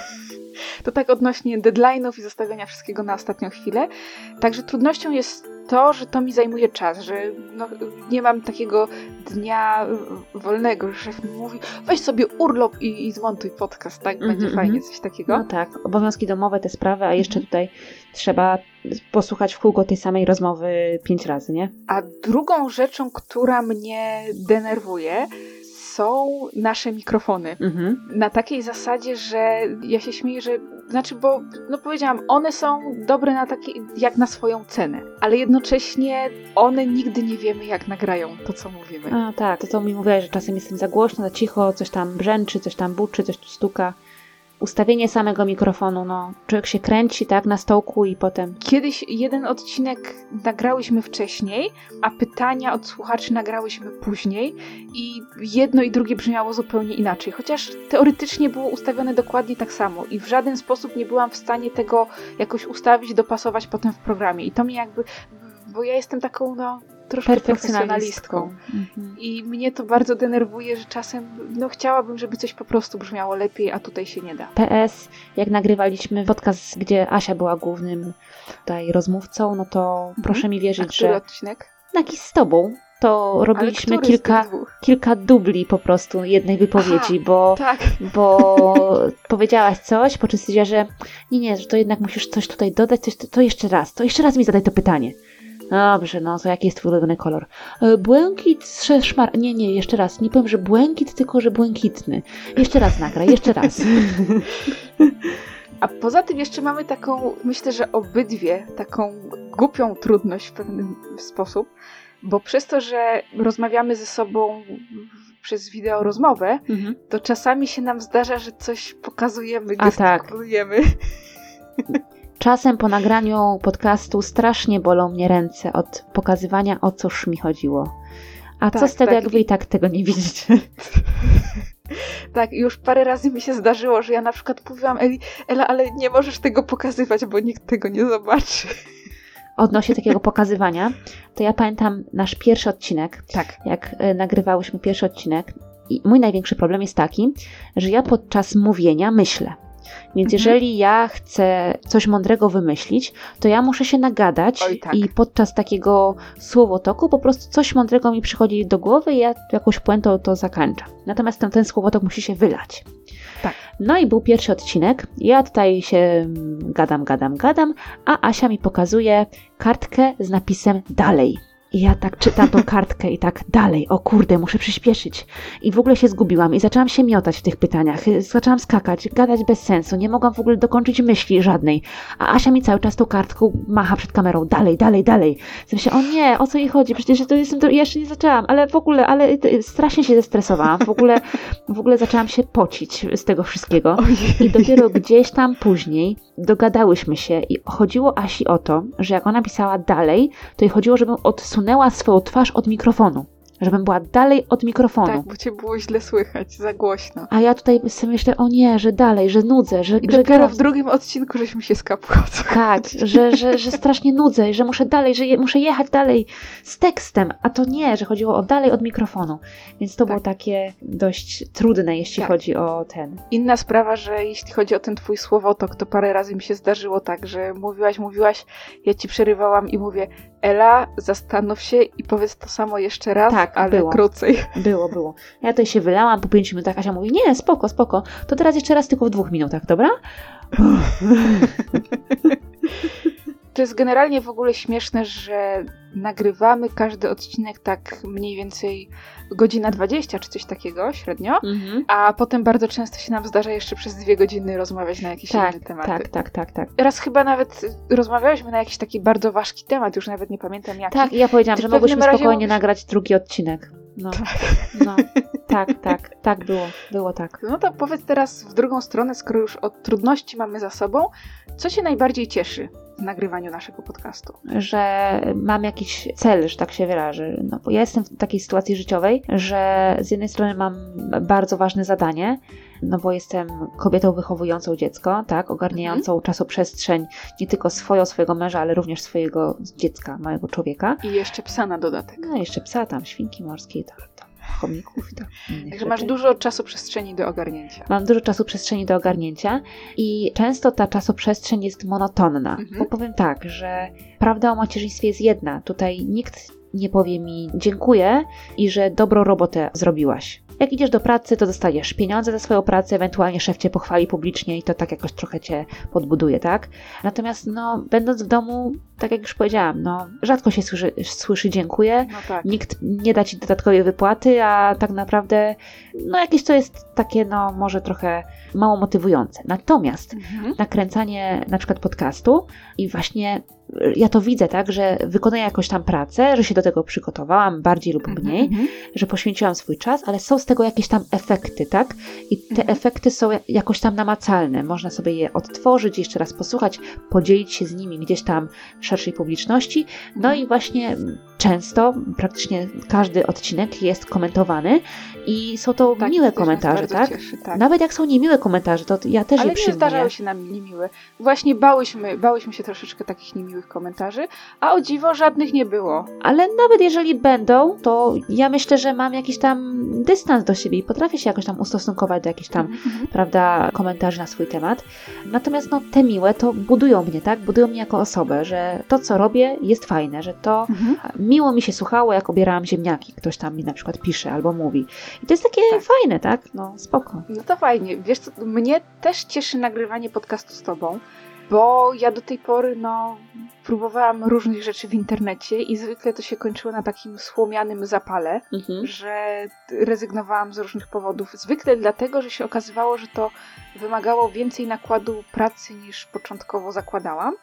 To tak odnośnie deadline'ów i zostawiania wszystkiego na ostatnią chwilę. Także trudnością jest to, że to mi zajmuje czas, że no, nie mam takiego dnia wolnego, że szef mi mówi, weź sobie urlop i, i zmontuj podcast, tak? Będzie
Mm-hmm,
fajnie, coś takiego.
No tak, obowiązki domowe, te sprawy, a jeszcze
Mhm.
tutaj trzeba posłuchać w kółko tej samej rozmowy pięć razy, nie?
A drugą rzeczą, która mnie denerwuje, są nasze mikrofony.
Mhm.
Na takiej zasadzie, że ja się śmieję, że znaczy, bo no powiedziałam, one są dobre na takie, jak na swoją cenę, ale jednocześnie one nigdy nie wiemy, jak nagrają to, co mówimy.
A tak, to co mi mówiłaś, że czasem jestem za głośno, za cicho, coś tam brzęczy, coś tam buczy, coś tu stuka. Ustawienie samego mikrofonu, no, człowiek się kręci, tak, na stołku i potem...
Kiedyś jeden odcinek nagrałyśmy wcześniej, a pytania od słuchaczy nagrałyśmy później i jedno i drugie brzmiało zupełnie inaczej, chociaż teoretycznie było ustawione dokładnie tak samo i w żaden sposób nie byłam w stanie tego jakoś ustawić, dopasować potem w programie i to mnie jakby, bo ja jestem taką, no, troszkę profesjonalistką.
Mhm.
I mnie to bardzo denerwuje, że czasem no chciałabym, żeby coś po prostu brzmiało lepiej, a tutaj się nie da.
P S, jak nagrywaliśmy podcast, gdzie Asia była głównym tutaj rozmówcą, no to
Mhm.
proszę mi
A
wierzyć,
który
że
odcinek?
taki z tobą to robiliśmy
Ale który z
kilka,
tych dwóch?
kilka dubli po prostu jednej wypowiedzi,
Aha,
bo,
Tak.
bo powiedziałaś coś, po czym stwierdziłaś, że nie, nie, że to jednak musisz coś tutaj dodać, coś, to, to jeszcze raz, to jeszcze raz mi zadaj to pytanie. Dobrze, no to jaki jest twój ulubiony kolor? E, Błękit, sze- szmar... Nie, nie, jeszcze raz. Nie powiem, że błękit, tylko że błękitny. Jeszcze raz nagraj, jeszcze raz.
A poza tym jeszcze mamy taką, myślę, że obydwie taką głupią trudność w pewien sposób, bo przez to, że rozmawiamy ze sobą przez wideo rozmowę,
Mhm.
to czasami się nam zdarza, że coś pokazujemy,
A tak.
gestykulujemy.
Czasem po nagraniu podcastu strasznie bolą mnie ręce od pokazywania, o cóż mi chodziło. A
Tak,
co z tego,
tak.
jak wy i tak tego nie widzicie?
Tak, już parę razy mi się zdarzyło, że ja na przykład mówiłam Eli, Ela, ale nie możesz tego pokazywać, bo nikt tego nie zobaczy.
Odnośnie takiego pokazywania, to ja pamiętam nasz pierwszy odcinek,
Tak.
jak e, nagrywałyśmy pierwszy odcinek i mój największy problem jest taki, że ja podczas mówienia myślę. Więc
Mhm.
jeżeli ja chcę coś mądrego wymyślić, to ja muszę się nagadać
Oj, tak.
i podczas takiego słowotoku po prostu coś mądrego mi przychodzi do głowy i ja jakąś puentą to zakończam. Natomiast ten, ten słowotok musi się wylać.
Tak.
No i był pierwszy odcinek. Ja tutaj się mm, gadam, gadam, gadam, a Asia mi pokazuje kartkę z napisem dalej. I ja tak czytam tą kartkę i tak dalej, o kurde, muszę przyspieszyć. I w ogóle się zgubiłam i zaczęłam się miotać w tych pytaniach. Zaczęłam skakać, gadać bez sensu, nie mogłam w ogóle dokończyć myśli żadnej. A Asia mi cały czas tą kartką macha przed kamerą, dalej, dalej, dalej. Myślę, o nie, o co jej chodzi? Przecież to jestem, to ja jeszcze nie zaczęłam, ale w ogóle, ale strasznie się zestresowałam. W ogóle, w ogóle zaczęłam się pocić z tego wszystkiego. I dopiero gdzieś tam później dogadałyśmy się i chodziło Asi o to, że jak ona pisała dalej, to jej chodziło, żebym odsunęła swoją twarz od mikrofonu. Żebym była dalej od mikrofonu.
Tak, bo cię było źle słychać, za głośno.
A ja tutaj sobie myślę, o nie, że dalej, że nudzę, że...
I
że
dopiero
gadam.
w drugim odcinku żeśmy się skapły. o co
Tak,
chodzi.
że, że, że strasznie nudzę, że muszę dalej, że je, muszę jechać dalej z tekstem, a to nie, że chodziło o dalej od mikrofonu. Więc to
Tak.
było takie dość trudne, jeśli
Tak.
chodzi o ten.
Inna sprawa, że jeśli chodzi o ten twój słowotok, to parę razy mi się zdarzyło tak, że mówiłaś, mówiłaś, ja ci przerywałam i mówię, Ela, zastanów się i powiedz to samo jeszcze raz,
Tak,
ale
było.
krócej.
Było, było. Ja tutaj się wylałam po pięciu minutach, Asia mówi, nie, spoko, spoko, to teraz jeszcze raz tylko w dwóch minutach, dobra?
To jest generalnie w ogóle śmieszne, że nagrywamy każdy odcinek tak mniej więcej godzina dwadzieścia czy coś takiego średnio,
Mhm.
a potem bardzo często się nam zdarza jeszcze przez dwie godziny rozmawiać na jakieś
Tak,
inne tematy.
tak, tak, tak, tak.
Raz chyba nawet rozmawiałyśmy na jakiś taki bardzo ważki temat, już nawet nie pamiętam jaki.
Tak, i ja powiedziałam,
Ty
że
w pewnym
mogłyśmy
razie
spokojnie
mówisz-
nagrać drugi odcinek. No, no, tak, tak, tak było, było tak.
No to powiedz teraz w drugą stronę, skoro już od trudności mamy za sobą, co cię najbardziej cieszy w nagrywaniu naszego podcastu?
Że mam jakiś cel, że tak się wyrażę. No, bo ja jestem w takiej sytuacji życiowej, że z jednej strony mam bardzo ważne zadanie, no bo jestem kobietą wychowującą dziecko, tak, ogarniającą
Mhm.
czasoprzestrzeń nie tylko swoją, swojego męża, ale również swojego dziecka, małego człowieka.
I jeszcze psa na dodatek.
No jeszcze psa tam, świnki morskie, tam, tam chomików i tak. innych
Także masz
rzeczy.
dużo czasu przestrzeni do ogarnięcia.
Mam dużo czasu przestrzeni do ogarnięcia i często ta czasoprzestrzeń jest monotonna.
Mhm.
Bo powiem tak, że prawda o macierzyństwie jest jedna. Tutaj nikt nie powie mi dziękuję i że dobrą robotę zrobiłaś. Jak idziesz do pracy, to dostajesz pieniądze za swoją pracę, ewentualnie szef cię pochwali publicznie i to tak jakoś trochę cię podbuduje, tak? Natomiast no, będąc w domu, tak jak już powiedziałam, no, rzadko się słyszy, słyszy dziękuję.
No tak.
Nikt nie da ci dodatkowej wypłaty, a tak naprawdę no jakieś to jest takie, no może trochę mało motywujące. Natomiast
Mhm.
nakręcanie na przykład podcastu i właśnie ja to widzę, tak, że wykonuję jakąś tam pracę, że się do tego przygotowałam bardziej lub mniej,
Mhm.
że poświęciłam swój czas, ale są z tego jakieś tam efekty, tak? I te
Mhm.
efekty są jakoś tam namacalne. Można sobie je odtworzyć, jeszcze raz posłuchać, podzielić się z nimi gdzieś tam w szerszej publiczności. No i właśnie często, praktycznie każdy odcinek jest komentowany i są to
Tak,
miłe
to też nas
komentarze,
bardzo
tak?
Cieszy, tak.
Nawet jak są niemiłe komentarze, to ja też
Ale
je
nie
przyjmuję.
zdarzały się nam niemiłe. Właśnie bałyśmy, bałyśmy się troszeczkę takich niemiłych komentarzy, a o dziwo żadnych nie było.
Ale nawet jeżeli będą, to ja myślę, że mam jakiś tam dystans do siebie i potrafię się jakoś tam ustosunkować do jakichś tam,
Mhm.
prawda, komentarzy na swój temat. Natomiast no, te miłe to budują mnie, tak? Budują mnie jako osobę, że to, co robię, jest fajne, że to
Mhm.
miło mi się słuchało, jak obierałam ziemniaki. Ktoś tam mi na przykład pisze albo mówi. I to jest takie
Tak.
fajne, tak? No, spoko.
No to fajnie. Wiesz co, mnie też cieszy nagrywanie podcastu z tobą, bo ja do tej pory, no, próbowałam różnych rzeczy w internecie i zwykle to się kończyło na takim słomianym zapale,
Mhm.
że rezygnowałam z różnych powodów. Zwykle dlatego, że się okazywało, że to wymagało więcej nakładu pracy niż początkowo zakładałam.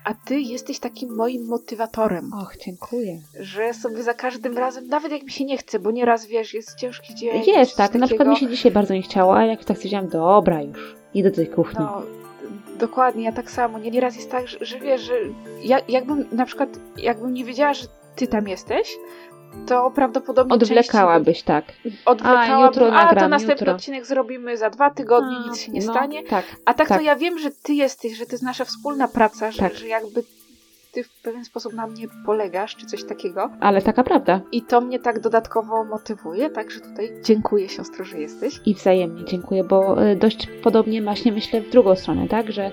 a ty jesteś takim moim motywatorem.
Och, dziękuję.
Że sobie za każdym razem, nawet jak mi się nie chce, bo nieraz, wiesz, jest ciężki dzień.
Jest, tak. Takiego. Na przykład mi się dzisiaj bardzo nie chciało, a jak tak stwierdziłam, dobra już, idę do tej kuchni.
No, dokładnie, ja tak samo. Nie, nieraz jest tak, że, że wiesz, że ja, jakbym na przykład, jakbym nie wiedziała, że ty tam jesteś, to prawdopodobnie
odwlekałabyś, tak.
Odwlekałabym,
a, jutro
a
nagram,
to następny
jutro.
odcinek zrobimy za dwa tygodnie, a, nic się nie
no,
stanie.
Tak,
a tak,
tak
to ja wiem, że ty jesteś, że to jest nasza wspólna praca, że,
tak.
że jakby ty w pewien sposób na mnie polegasz, czy coś takiego.
Ale taka prawda.
I to mnie tak dodatkowo motywuje, także tutaj dziękuję, siostro, że jesteś.
I wzajemnie dziękuję, bo dość podobnie właśnie myślę w drugą stronę, tak, że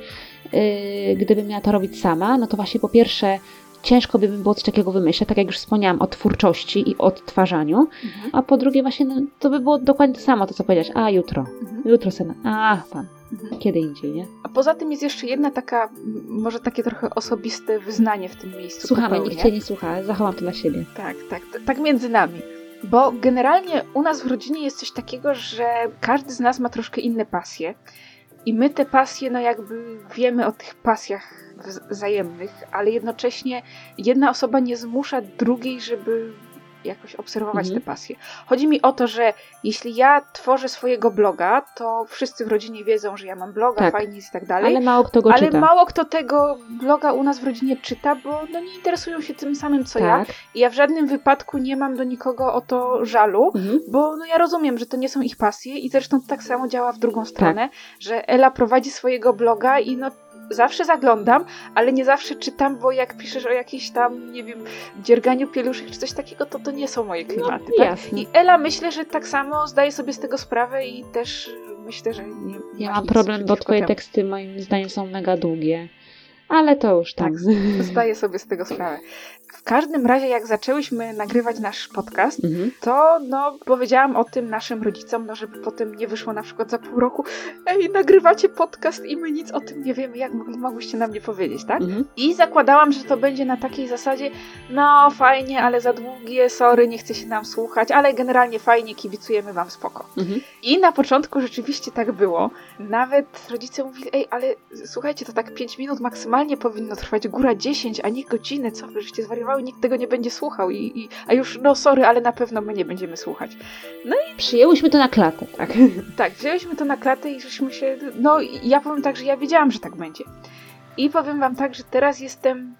yy, gdybym miała to robić sama, no to właśnie po pierwsze ciężko by mi było coś takiego wymyśleć, tak jak już wspomniałam o twórczości i odtwarzaniu, mhm. a po drugie właśnie no, to by było dokładnie to samo, to co powiedziałeś, a jutro, mhm. jutro sen, a pan, mhm. kiedy indziej, nie?
A poza tym jest jeszcze jedna taka, może takie trochę osobiste wyznanie w tym miejscu.
Słuchamy,
popełnię.
nikt cię nie słucha, zachowam to dla siebie.
Tak, tak, t- tak między nami. Bo generalnie u nas w rodzinie jest coś takiego, że każdy z nas ma troszkę inne pasje i my te pasje, no jakby wiemy o tych pasjach wzajemnych, ale jednocześnie jedna osoba nie zmusza drugiej, żeby jakoś obserwować
mhm.
te pasje. Chodzi mi o to, że jeśli ja tworzę swojego bloga, to wszyscy w rodzinie wiedzą, że ja mam bloga,
tak.
fajnie jest i tak dalej.
Ale mało kto go
ale
czyta.
Ale mało kto tego bloga u nas w rodzinie czyta, bo no nie interesują się tym samym, co
tak.
ja. I ja w żadnym wypadku nie mam do nikogo o to żalu, mhm. bo no ja rozumiem, że to nie są ich pasje i zresztą to tak samo działa w drugą stronę, tak. że Ela prowadzi swojego bloga i no zawsze zaglądam, ale nie zawsze czytam, bo jak piszesz o jakiejś tam, nie wiem, dzierganiu pieluszek czy coś takiego, to to nie są moje klimaty.
No,
tak?
jasne.
I Ela myślę, że tak samo zdaje sobie z tego sprawę i też myślę, że nie
Ja mam problem, bo twoje
temu.
teksty moim zdaniem są mega długie. Ale to już tam.
Tak, zdaję sobie z tego sprawę. W każdym razie, jak zaczęłyśmy nagrywać nasz podcast, mhm. to no, powiedziałam o tym naszym rodzicom, no, żeby potem nie wyszło na przykład za pół roku, ej, nagrywacie podcast i my nic o tym nie wiemy, jak mogłyście nam nie powiedzieć, tak? Mhm. I zakładałam, że to będzie na takiej zasadzie, no fajnie, ale za długie, sorry, nie chce się nam słuchać, ale generalnie fajnie, kibicujemy wam, spoko. Mhm. I na początku rzeczywiście tak było. Nawet rodzice mówili, ej, ale słuchajcie, to tak pięć minut maksymalnie powinno trwać, góra dziesięć, a nie godziny, co wy żeście zwariowały, nikt tego nie będzie słuchał i, i a już, no sorry, ale na pewno my nie będziemy słuchać. No i
przyjęłyśmy to na klatę, tak?
Tak, wzięłyśmy to na klatę i żeśmy się, no ja powiem tak, że ja wiedziałam, że tak będzie. I powiem wam tak, że teraz jestem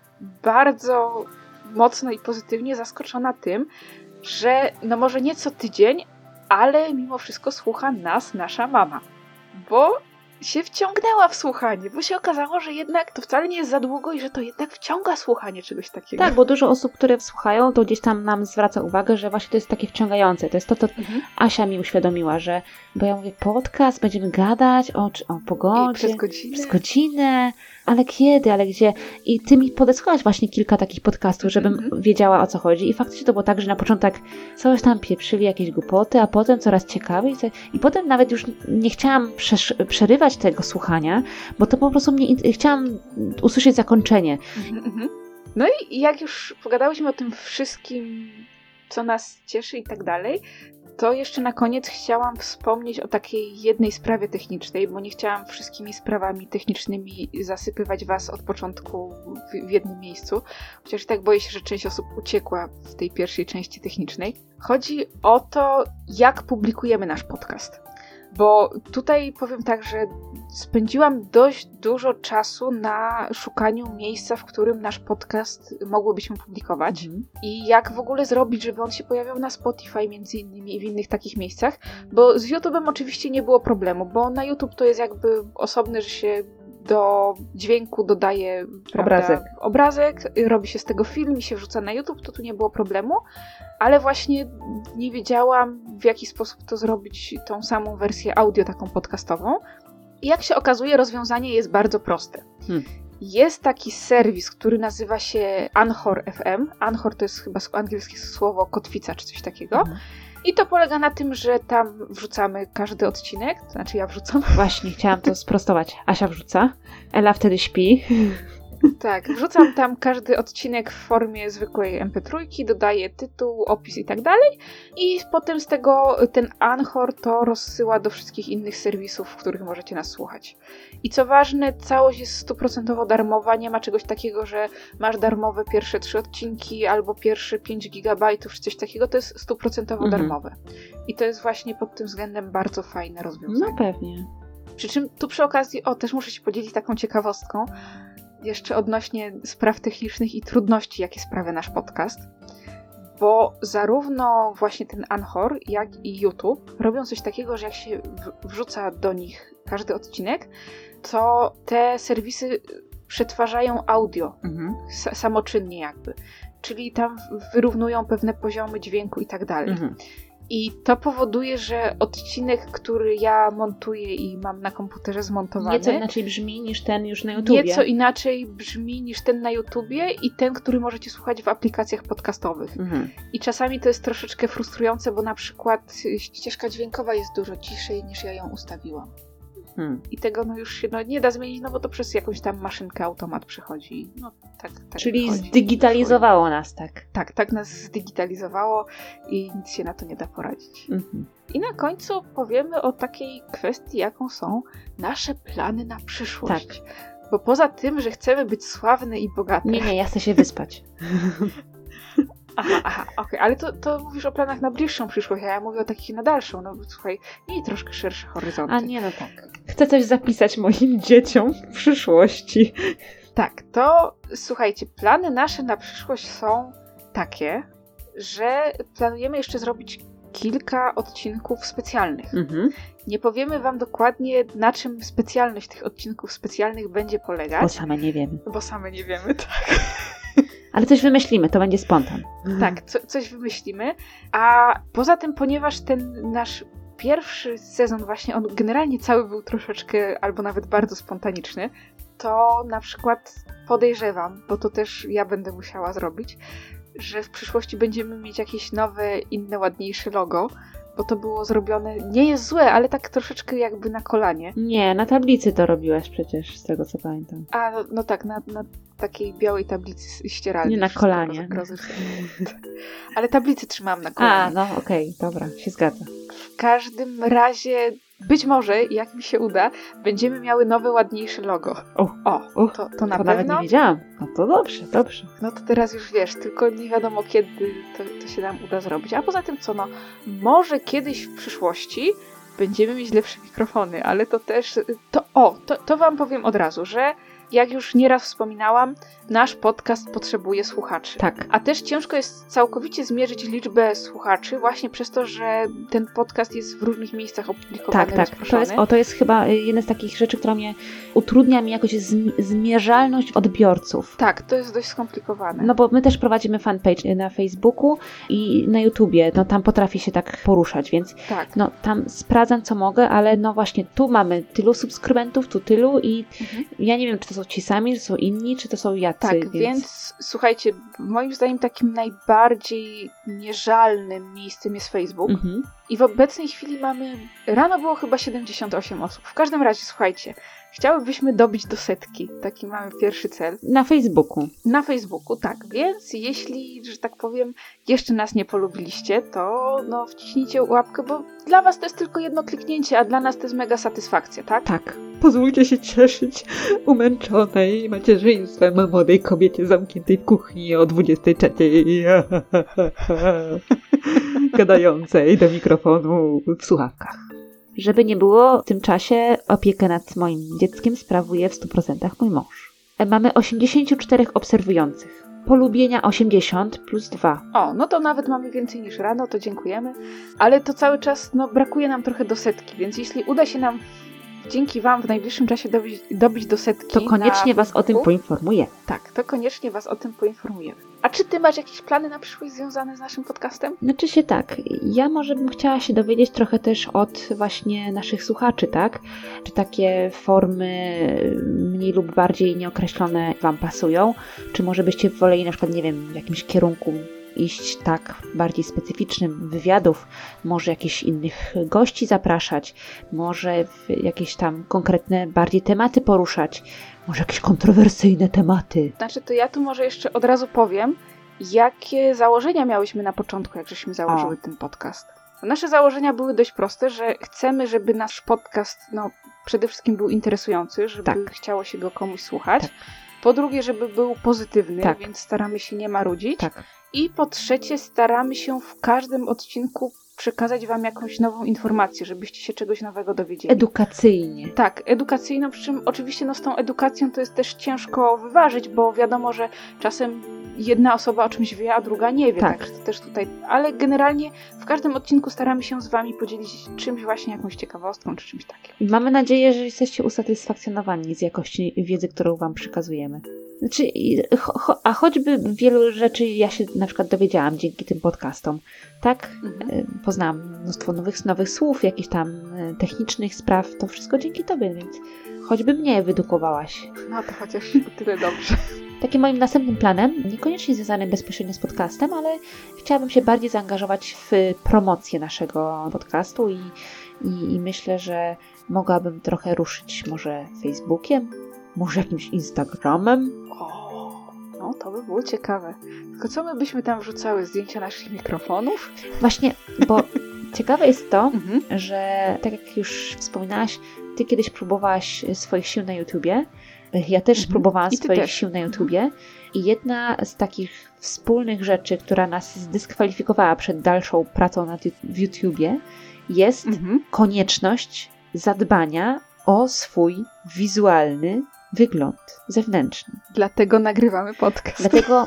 bardzo mocno i pozytywnie zaskoczona tym, że no może nie co tydzień, ale mimo wszystko słucha nas nasza mama. Bo się wciągnęła w słuchanie, bo się okazało, że jednak to wcale nie jest za długo i że to jednak wciąga słuchanie czegoś takiego.
Tak, bo dużo osób, które słuchają, to gdzieś tam nam zwraca uwagę, że właśnie to jest takie wciągające. To jest to, co mhm. Asia mi uświadomiła, że, bo ja mówię, podcast, będziemy gadać o, o pogodzie.
I przez godzinę.
Przez godzinę. Ale kiedy, ale gdzie? I ty mi podesłałaś właśnie kilka takich podcastów, żebym mm-hmm. wiedziała, o co chodzi. I faktycznie to było tak, że na początek coś tam pieprzyli jakieś głupoty, a potem coraz ciekawiej. I potem nawet już nie chciałam przesz- przerywać tego słuchania, bo to po prostu mnie... Chciałam usłyszeć zakończenie.
Mm-hmm. No i jak już pogadałyśmy o tym wszystkim, co nas cieszy i tak dalej, to jeszcze na koniec chciałam wspomnieć o takiej jednej sprawie technicznej, bo nie chciałam wszystkimi sprawami technicznymi zasypywać was od początku w, w jednym miejscu, chociaż i tak boję się, że część osób uciekła w tej pierwszej części technicznej. Chodzi o to, jak publikujemy nasz podcast. Bo tutaj powiem tak, że spędziłam dość dużo czasu na szukaniu miejsca, w którym nasz podcast mogłybyśmy publikować mm. i jak w ogóle zrobić, żeby on się pojawiał na Spotify między innymi i w innych takich miejscach, bo z YouTube'em oczywiście nie było problemu, bo na YouTube to jest jakby osobne, że się do dźwięku dodaje
obrazek.
Prawda, obrazek, robi się z tego film i się wrzuca na YouTube, to tu nie było problemu, ale właśnie nie wiedziałam, w jaki sposób to zrobić, tą samą wersję audio, taką podcastową. I jak się okazuje, rozwiązanie jest bardzo proste. Hmm. Jest taki serwis, który nazywa się Anchor F M. Anchor to jest chyba angielskie słowo kotwica czy coś takiego. Hmm. I to polega na tym, że tam wrzucamy każdy odcinek, to znaczy ja wrzucam.
Właśnie, chciałam to sprostować. Asia wrzuca, Ela wtedy śpi.
Tak, wrzucam tam każdy odcinek w formie zwykłej em pe trzy, dodaję tytuł, opis i tak dalej i potem z tego ten Anchor to rozsyła do wszystkich innych serwisów, w których możecie nas słuchać. I co ważne, całość jest stuprocentowo darmowa, nie ma czegoś takiego, że masz darmowe pierwsze trzy odcinki albo pierwsze pięć gigabajtów czy coś takiego, to jest stuprocentowo
Mhm.
darmowe. I to jest właśnie pod tym względem bardzo fajne rozwiązanie.
No pewnie.
Przy czym tu przy okazji, o też muszę się podzielić taką ciekawostką, jeszcze odnośnie spraw technicznych i trudności, jakie sprawia nasz podcast, bo zarówno właśnie ten Anchor, jak i YouTube robią coś takiego, że jak się w- wrzuca do nich każdy odcinek, to te serwisy przetwarzają audio
Mhm.
sa- samoczynnie jakby, czyli tam w- wyrównują pewne poziomy dźwięku i tak dalej.
Mhm.
I to powoduje, że odcinek, który ja montuję i mam na komputerze zmontowany,
Nieco inaczej brzmi niż ten już na YouTubie.
nieco inaczej brzmi niż ten na YouTubie i ten, który możecie słuchać w aplikacjach podcastowych.
Mhm.
I czasami to jest troszeczkę frustrujące, bo na przykład y, ścieżka dźwiękowa jest dużo ciszej niż ja ją ustawiłam.
Hmm.
I tego no już się no, nie da zmienić, no bo to przez jakąś tam maszynkę automat przychodzi. No, tak, tak
Czyli
wychodzi.
zdigitalizowało nas tak.
Tak, tak nas zdigitalizowało i nic się na to nie da poradzić.
Mhm.
I na końcu powiemy o takiej kwestii, jaką są nasze plany na przyszłość. Bo poza tym, że chcemy być sławne i bogate...
Nie, nie, ja chcę się wyspać.
Aha, aha, okej, ale to, to mówisz o planach na bliższą przyszłość, a ja mówię o takich na dalszą. No bo słuchaj, miej troszkę szersze horyzonty.
A nie, no tak. Chcę coś zapisać moim dzieciom w przyszłości.
Tak, to słuchajcie, plany nasze na przyszłość są takie, że planujemy jeszcze zrobić kilka odcinków specjalnych.
Mhm.
Nie powiemy wam dokładnie, na czym specjalność tych odcinków specjalnych będzie polegać.
Bo same nie wiemy.
Bo same nie wiemy, tak.
Ale coś wymyślimy, to będzie spontan.
Tak, co, coś wymyślimy. A poza tym, ponieważ ten nasz pierwszy sezon właśnie, on generalnie cały był troszeczkę, albo nawet bardzo spontaniczny, to na przykład podejrzewam, bo to też ja będę musiała zrobić, że w przyszłości będziemy mieć jakieś nowe, inne, ładniejsze logo, bo to było zrobione, nie jest złe, ale tak troszeczkę jakby na kolanie.
Nie, na tablicy to robiłaś przecież, z tego co pamiętam.
A, no, no tak, na, na takiej białej tablicy ścieralnej.
Nie na
wszystko
kolanie.
roz- roz- Ale tablicy trzymałam na kolanie.
A, no okej, dobra, się zgadza.
W każdym razie, być może, jak mi się uda, będziemy miały nowe, ładniejsze logo.
O,
O,
o,
to, to na
to nawet
pewno.
nie wiedziałam. No to dobrze, dobrze.
No to teraz już wiesz, tylko nie wiadomo kiedy to, to się nam uda zrobić. A poza tym co, no, może kiedyś w przyszłości będziemy mieć lepsze mikrofony, ale to też, to o, to, to wam powiem od razu, że jak już nieraz wspominałam, nasz podcast potrzebuje słuchaczy.
Tak.
A też ciężko jest całkowicie zmierzyć liczbę słuchaczy właśnie przez to, że ten podcast jest w różnych miejscach opublikowany,
Tak, tak. To
rozproszony.
jest, o, to jest chyba y, jedna z takich rzeczy, która mnie utrudnia mi jakoś zm- zmierzalność odbiorców.
Tak, to jest dość skomplikowane.
No bo my też prowadzimy fanpage na Facebooku i na YouTubie, no tam potrafię się tak poruszać, więc
tak.
no tam sprawdzam co mogę, ale no właśnie tu mamy tylu subskrybentów, tu tylu i
Mhm.
ja nie wiem, czy to są ci sami, czy są inni, czy to są jacy.
Tak,
więc...
więc słuchajcie, moim zdaniem takim najbardziej mierzalnym miejscem jest Facebook.
Mhm.
I w obecnej chwili mamy, rano było chyba siedemdziesiąt osiem osób. W każdym razie, słuchajcie, chciałybyśmy dobić do setki. Taki mamy pierwszy cel.
Na Facebooku.
Na Facebooku, tak. Więc jeśli, że tak powiem, jeszcze nas nie polubiliście, to no wciśnijcie łapkę, bo dla was to jest tylko jedno kliknięcie, a dla nas to jest mega satysfakcja, tak?
Tak. Pozwólcie się cieszyć umęczonej macierzyństwem młodej kobiecie zamkniętej w kuchni o dwudziestej trzeciej. Gadającej do mikrofonu w słuchawkach. Żeby nie było, w tym czasie opiekę nad moim dzieckiem sprawuje w stu procentach mój mąż. Mamy osiemdziesięciu czterech obserwujących. Polubienia osiemdziesiąt plus dwa.
O, no to nawet mamy więcej niż rano, to dziękujemy. Ale to cały czas, no brakuje nam trochę do setki, więc jeśli uda się nam dzięki wam w najbliższym czasie dobić, dobić do setki
To koniecznie
na
was o tym
Facebooku,
poinformuję.
tak, to koniecznie was o tym poinformujemy. A czy ty masz jakieś plany na przyszłość związane z naszym podcastem?
Znaczy się tak, ja może bym chciała się dowiedzieć trochę też od właśnie naszych słuchaczy, tak? Czy takie formy mniej lub bardziej nieokreślone wam pasują? Czy może byście woleli na przykład, nie wiem, w jakimś kierunku iść tak bardziej specyficznym wywiadów, może jakichś innych gości zapraszać, może jakieś tam konkretne bardziej tematy poruszać, może jakieś kontrowersyjne tematy.
Znaczy to ja tu może jeszcze od razu powiem, jakie założenia miałyśmy na początku, jak żeśmy założyły o. ten podcast. Nasze założenia były dość proste, że chcemy, żeby nasz podcast no, przede wszystkim był interesujący, żeby tak. chciało się go komuś słuchać. Tak. Po drugie, żeby był pozytywny, tak. więc staramy się nie marudzić. Tak. I po trzecie, staramy się w każdym odcinku przekazać wam jakąś nową informację, żebyście się czegoś nowego dowiedzieli.
Edukacyjnie.
Tak, edukacyjną, przy czym oczywiście no, z tą edukacją to jest też ciężko wyważyć, bo wiadomo, że czasem jedna osoba o czymś wie, a druga nie wie. Tak. Także to też tutaj, ale generalnie w każdym odcinku staramy się z wami podzielić czymś właśnie, jakąś ciekawostką, czy czymś takim.
I mamy nadzieję, że jesteście usatysfakcjonowani z jakości wiedzy, którą wam przekazujemy. Znaczy, cho, cho, a choćby wielu rzeczy ja się na przykład dowiedziałam dzięki tym podcastom. Tak? Mhm. Poznałam mnóstwo nowych, nowych słów, jakichś tam technicznych spraw. To wszystko dzięki tobie, więc choćby mnie wyedukowałaś.
No to chociaż tyle dobrze.
Takim moim następnym planem, niekoniecznie związanym bezpośrednio z podcastem, ale chciałabym się bardziej zaangażować w promocję naszego podcastu i, i, i myślę, że mogłabym trochę ruszyć może Facebookiem, może jakimś Instagramem.
O, no to by było ciekawe. Tylko co my byśmy tam wrzucały? Zdjęcia naszych mikrofonów?
Właśnie, bo ciekawe jest to, mhm. że tak jak już wspominałaś, ty kiedyś próbowałaś swoich sił na YouTubie. Ja też mhm. próbowałam swoich też. sił na YouTubie i jedna z takich wspólnych rzeczy, która nas zdyskwalifikowała przed dalszą pracą na w YouTubie, jest mhm. konieczność zadbania o swój wizualny wygląd zewnętrzny.
Dlatego nagrywamy podcast.
Dlatego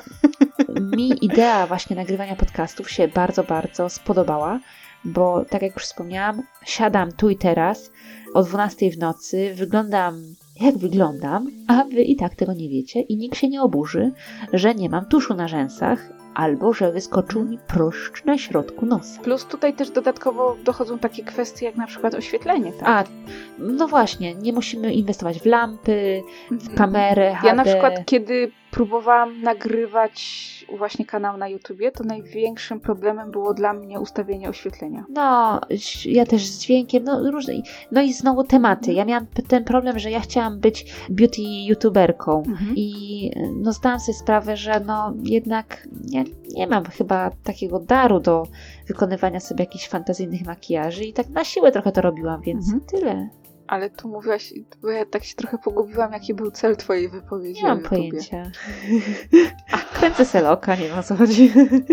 mi idea właśnie nagrywania podcastów się bardzo, bardzo spodobała, bo tak jak już wspomniałam, siadam tu i teraz o dwunastej w nocy, wyglądam jak wyglądam, a wy i tak tego nie wiecie i nikt się nie oburzy, że nie mam tuszu na rzęsach albo że wyskoczył mi proszcz na środku nosa.
Plus tutaj też dodatkowo dochodzą takie kwestie jak na przykład oświetlenie, tak?
A, no właśnie, nie musimy inwestować w lampy, w kamerę H D.
Ja na przykład kiedy próbowałam nagrywać właśnie kanał na YouTubie, to największym problemem było dla mnie ustawienie oświetlenia.
No, ja też z dźwiękiem, no różne. No i znowu tematy. Ja miałam ten problem, że ja chciałam być beauty youtuberką mhm. i no zdałam sobie sprawę, że no jednak nie, nie mam chyba takiego daru do wykonywania sobie jakichś fantazyjnych makijaży i tak na siłę trochę to robiłam, więc mhm. tyle.
Ale tu mówiłaś, bo ja tak się trochę pogubiłam, jaki był cel twojej wypowiedzi.
Nie mam pojęcia. Kręcę se loka, nie wiem o co chodzi.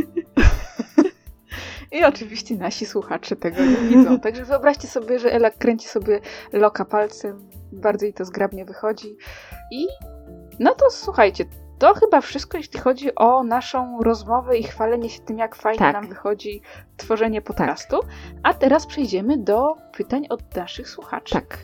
I oczywiście nasi słuchacze tego nie widzą. Także wyobraźcie sobie, że Ela kręci sobie loka palcem. Bardzo jej to zgrabnie wychodzi. I no to słuchajcie, to chyba wszystko, jeśli chodzi o naszą rozmowę i chwalenie się tym, jak fajnie tak. nam wychodzi tworzenie podcastu. Tak. A teraz przejdziemy do pytań od naszych słuchaczy.
Tak.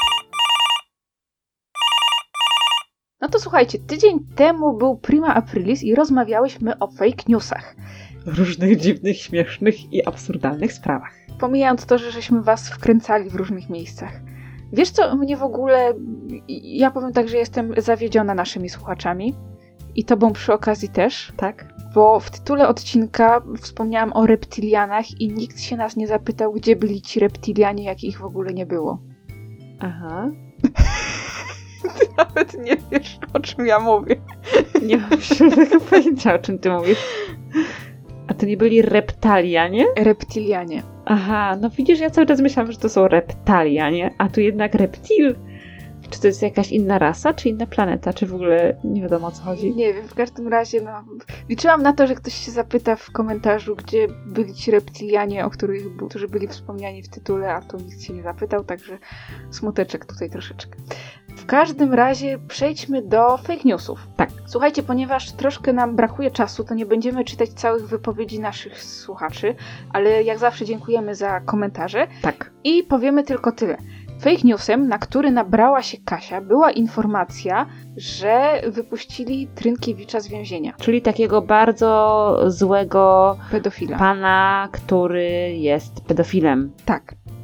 No to słuchajcie, tydzień temu był Prima Aprilis i rozmawiałyśmy o fake newsach.
Różnych dziwnych, śmiesznych i absurdalnych sprawach.
Pomijając to, że żeśmy was wkręcali w różnych miejscach. Wiesz co, mnie w ogóle, ja powiem tak, że jestem zawiedziona naszymi słuchaczami. I tobą przy okazji też,
tak?
Bo w tytule odcinka wspomniałam o reptilianach i nikt się nas nie zapytał, gdzie byli ci reptilianie, jak ich w ogóle nie było.
Aha.
Ty nawet nie wiesz, o czym ja mówię.
Nie mam żadnego pojęcia, o czym ty mówisz. A to nie byli reptalianie?
Reptilianie.
Aha, no widzisz, ja cały czas myślałam, że to są reptalianie, a tu jednak reptil. Czy to jest jakaś inna rasa, czy inna planeta, czy w ogóle nie wiadomo o co chodzi?
Nie wiem, w każdym razie no, liczyłam na to, że ktoś się zapyta w komentarzu, gdzie byli ci reptilianie, o których, którzy byli wspomniani w tytule, a tu nikt się nie zapytał, także smuteczek tutaj troszeczkę. W każdym razie przejdźmy do fake newsów.
Tak.
Słuchajcie, ponieważ troszkę nam brakuje czasu, to nie będziemy czytać całych wypowiedzi naszych słuchaczy, ale jak zawsze dziękujemy za komentarze.
Tak.
I powiemy tylko tyle. Fake newsem, na który nabrała się Kasia, była informacja, że wypuścili Trynkiewicza z więzienia.
Czyli takiego bardzo złego
pedofila.
Pana, który jest pedofilem.
Tak.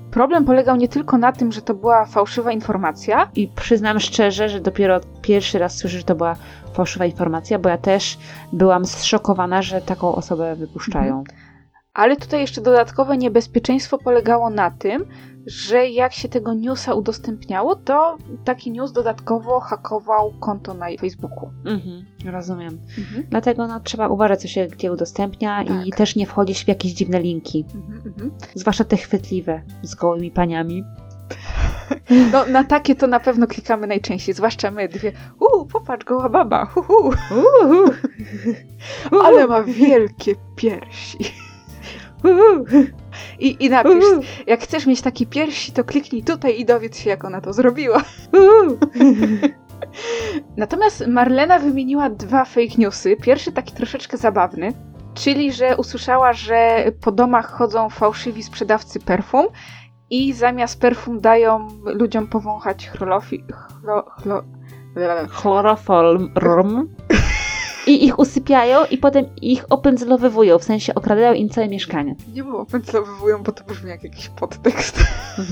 problem polegał nie tylko na tym, że to była fałszywa informacja.
I przyznam szczerze, że dopiero pierwszy raz słyszę, że to była fałszywa informacja, bo ja też byłam zszokowana, że taką osobę wypuszczają.
Mhm. Ale tutaj jeszcze dodatkowe niebezpieczeństwo polegało na tym, że jak się tego newsa udostępniało, to taki news dodatkowo hakował konto na Facebooku.
Mhm, rozumiem.
Mhm.
Dlatego no, trzeba uważać, co się gdzie udostępnia
Tak.
i też nie wchodzić w jakieś dziwne linki.
Mhm, mhm.
Zwłaszcza te chwytliwe, z gołymi paniami.
No na takie to na pewno klikamy najczęściej, zwłaszcza my dwie. Uuu, popatrz, goła baba, hu, hu.
Uhu.
Ale ma wielkie piersi.
Uhu.
I, I napisz,
Uhu.
jak chcesz mieć takie piersi, to kliknij tutaj i dowiedz się, jak ona to zrobiła.
Uhu.
Natomiast Marlena wymieniła dwa fake newsy. Pierwszy taki troszeczkę zabawny, czyli że usłyszała, że po domach chodzą fałszywi sprzedawcy perfum i zamiast perfum dają ludziom powąchać chrolofi... Chlo, chlo,
Chloroform. I ich usypiają i potem ich opędzlowywują, w sensie okradają im całe mieszkanie.
Nie było pędzlowywują, bo to brzmi jak jakiś podtekst.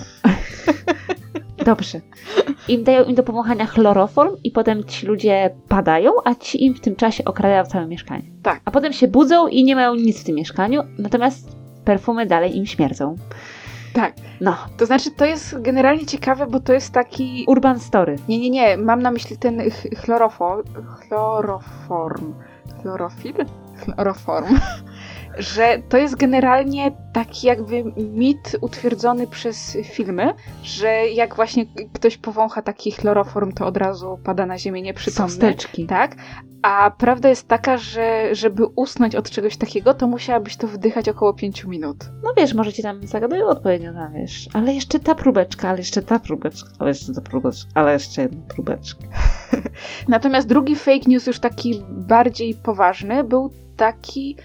Dobrze. Im dają im do powąchania chloroform i potem ci ludzie padają, a ci im w tym czasie okradają całe mieszkanie.
Tak.
A potem się budzą i nie mają nic w tym mieszkaniu, natomiast perfumy dalej im śmierdzą.
Tak.
No.
To znaczy, to jest generalnie ciekawe, bo to jest taki...
Urban Story.
Nie, nie, nie. Mam na myśli ten ch- chlorofor... chloroform. Chlorofil? Chloroform. Że to jest generalnie taki jakby mit utwierdzony przez filmy, że jak właśnie ktoś powącha taki chloroform, to od razu pada na ziemię nieprzytomny.
Sosteczki.
Tak? A prawda jest taka, że żeby usnąć od czegoś takiego, to musiałabyś to wdychać około pięciu minut.
No wiesz, może ci tam zagadują odpowiednio, tam wiesz, ale jeszcze ta próbeczka, ale jeszcze ta próbeczka, ale jeszcze ta próbeczka, ale jeszcze jedna próbeczka.
Natomiast drugi fake news, już taki bardziej poważny, był taki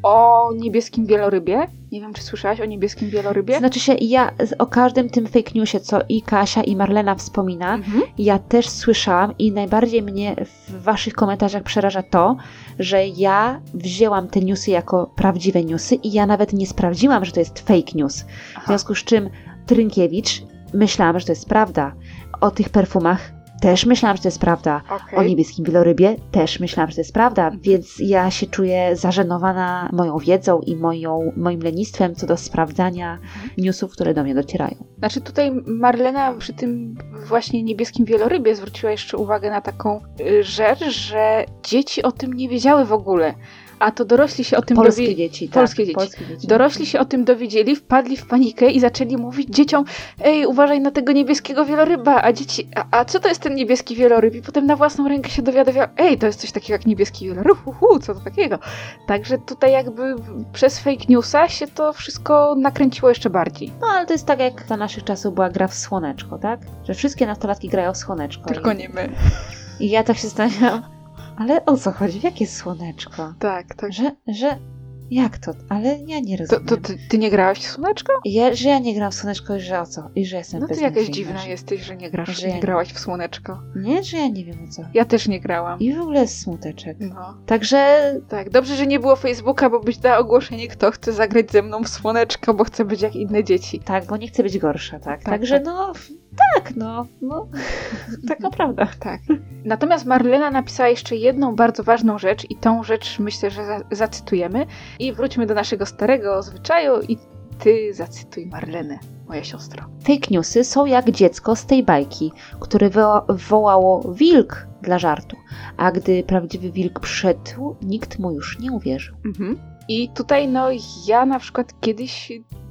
o niebieskim wielorybie. Nie wiem, czy słyszałaś o niebieskim wielorybie?
Znaczy się, ja z- o każdym tym fake newsie, co i Kasia, i Marlena wspomina,
Mhm.
ja też słyszałam i najbardziej mnie w waszych komentarzach przeraża to, że ja wzięłam te newsy jako prawdziwe newsy i ja nawet nie sprawdziłam, że to jest fake news. W
Aha.
związku z czym Trynkiewicz myślałam, że to jest prawda. O tych perfumach też myślałam, że to jest prawda.
Okej.
O niebieskim wielorybie też myślałam, że to jest prawda, więc ja się czuję zażenowana moją wiedzą i moją, moim lenistwem co do sprawdzania newsów, które do mnie docierają.
Znaczy tutaj Marlena przy tym właśnie niebieskim wielorybie zwróciła jeszcze uwagę na taką y, rzecz, że dzieci o tym nie wiedziały w ogóle. A to dorośli się o tym
Polskie
dowie-
dzieci, tak.
Polskie dzieci.
Polskie dzieci.
Dorośli się o tym dowiedzieli, wpadli w panikę i zaczęli mówić dzieciom: ej, uważaj na tego niebieskiego wieloryba, a dzieci, a, a co to jest ten niebieski wieloryb? I potem na własną rękę się dowiadywały: ej, to jest coś takiego jak niebieski wieloryb, hu, hu, co to takiego? Także tutaj jakby przez fake newsa się to wszystko nakręciło jeszcze bardziej.
No ale to jest tak jak za naszych czasów była gra w słoneczko, tak? Że wszystkie nastolatki grają w słoneczko.
Tylko
i,
nie my.
I ja tak się zastanawiam, ale o co chodzi? W jakie słoneczko?
Tak, tak.
Że, że, jak to? Ale ja nie
To,
rozumiem.
to ty, ty nie grałaś w słoneczko?
Ja, że ja nie gram w słoneczko i że o co? I że jestem
No ty
beznadziejna,
jakaś dziwna
że-
jesteś, że nie grasz,
że
że
ja
nie
nie-
grałaś w słoneczko.
Nie, że ja nie wiem o co.
Ja też nie grałam.
I w ogóle jest smuteczek.
No.
Także
Tak, dobrze, że nie było Facebooka, bo byś dała ogłoszenie, kto chce zagrać ze mną w słoneczko, bo chce być jak inne dzieci.
tak, bo nie chcę być gorsza, tak?
Tak,
Także
tak.
no, f- tak, no, no, taka prawda.
Tak. Natomiast Marlena napisała jeszcze jedną bardzo ważną rzecz i tą rzecz myślę, że za- zacytujemy. I wróćmy do naszego starego zwyczaju i ty zacytuj Marlenę, moja siostro.
Fake newsy są jak dziecko z tej bajki, które wywo- wołało wilk dla żartu, a gdy prawdziwy wilk przyszedł, nikt mu już nie uwierzył.
Mhm. I tutaj no ja na przykład kiedyś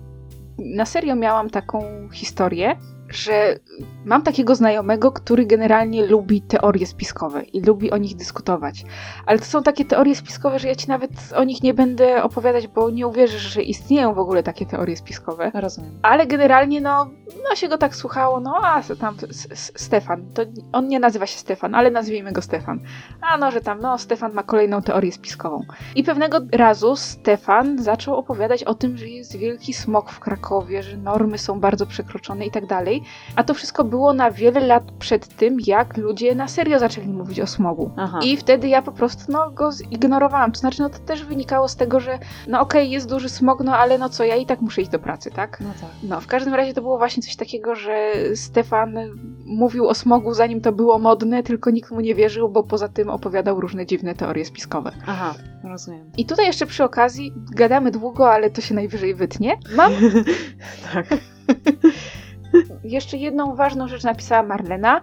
na serio miałam taką historię, że mam takiego znajomego, który generalnie lubi teorie spiskowe i lubi o nich dyskutować. Ale to są takie teorie spiskowe, że ja ci nawet o nich nie będę opowiadać, bo nie uwierzysz, że istnieją w ogóle takie teorie spiskowe.
Rozumiem.
Ale generalnie, no, no się go tak słuchało, no a co tam S- S- Stefan, to on nie nazywa się Stefan, ale nazwijmy go Stefan. A no, że tam, no, Stefan ma kolejną teorię spiskową. I pewnego razu Stefan zaczął opowiadać o tym, że jest wielki smog w Krakowie, że normy są bardzo przekroczone i tak dalej. dalej. A to wszystko było na wiele lat przed tym, jak ludzie na serio zaczęli mówić o smogu. Aha. I wtedy ja po prostu no, go zignorowałam. To znaczy, no to też wynikało z tego, że no okej, okay, jest duży smog, no ale no co, ja i tak muszę iść do pracy, tak?
No tak.
No, w każdym razie to było właśnie coś takiego, że Stefan mówił o smogu, zanim to było modne, tylko nikt mu nie wierzył, bo poza tym opowiadał różne dziwne teorie spiskowe.
Aha, rozumiem.
I tutaj jeszcze przy okazji, gadamy długo, ale to się najwyżej wytnie. Mam...
tak.
Jeszcze jedną ważną rzecz napisała Marlena,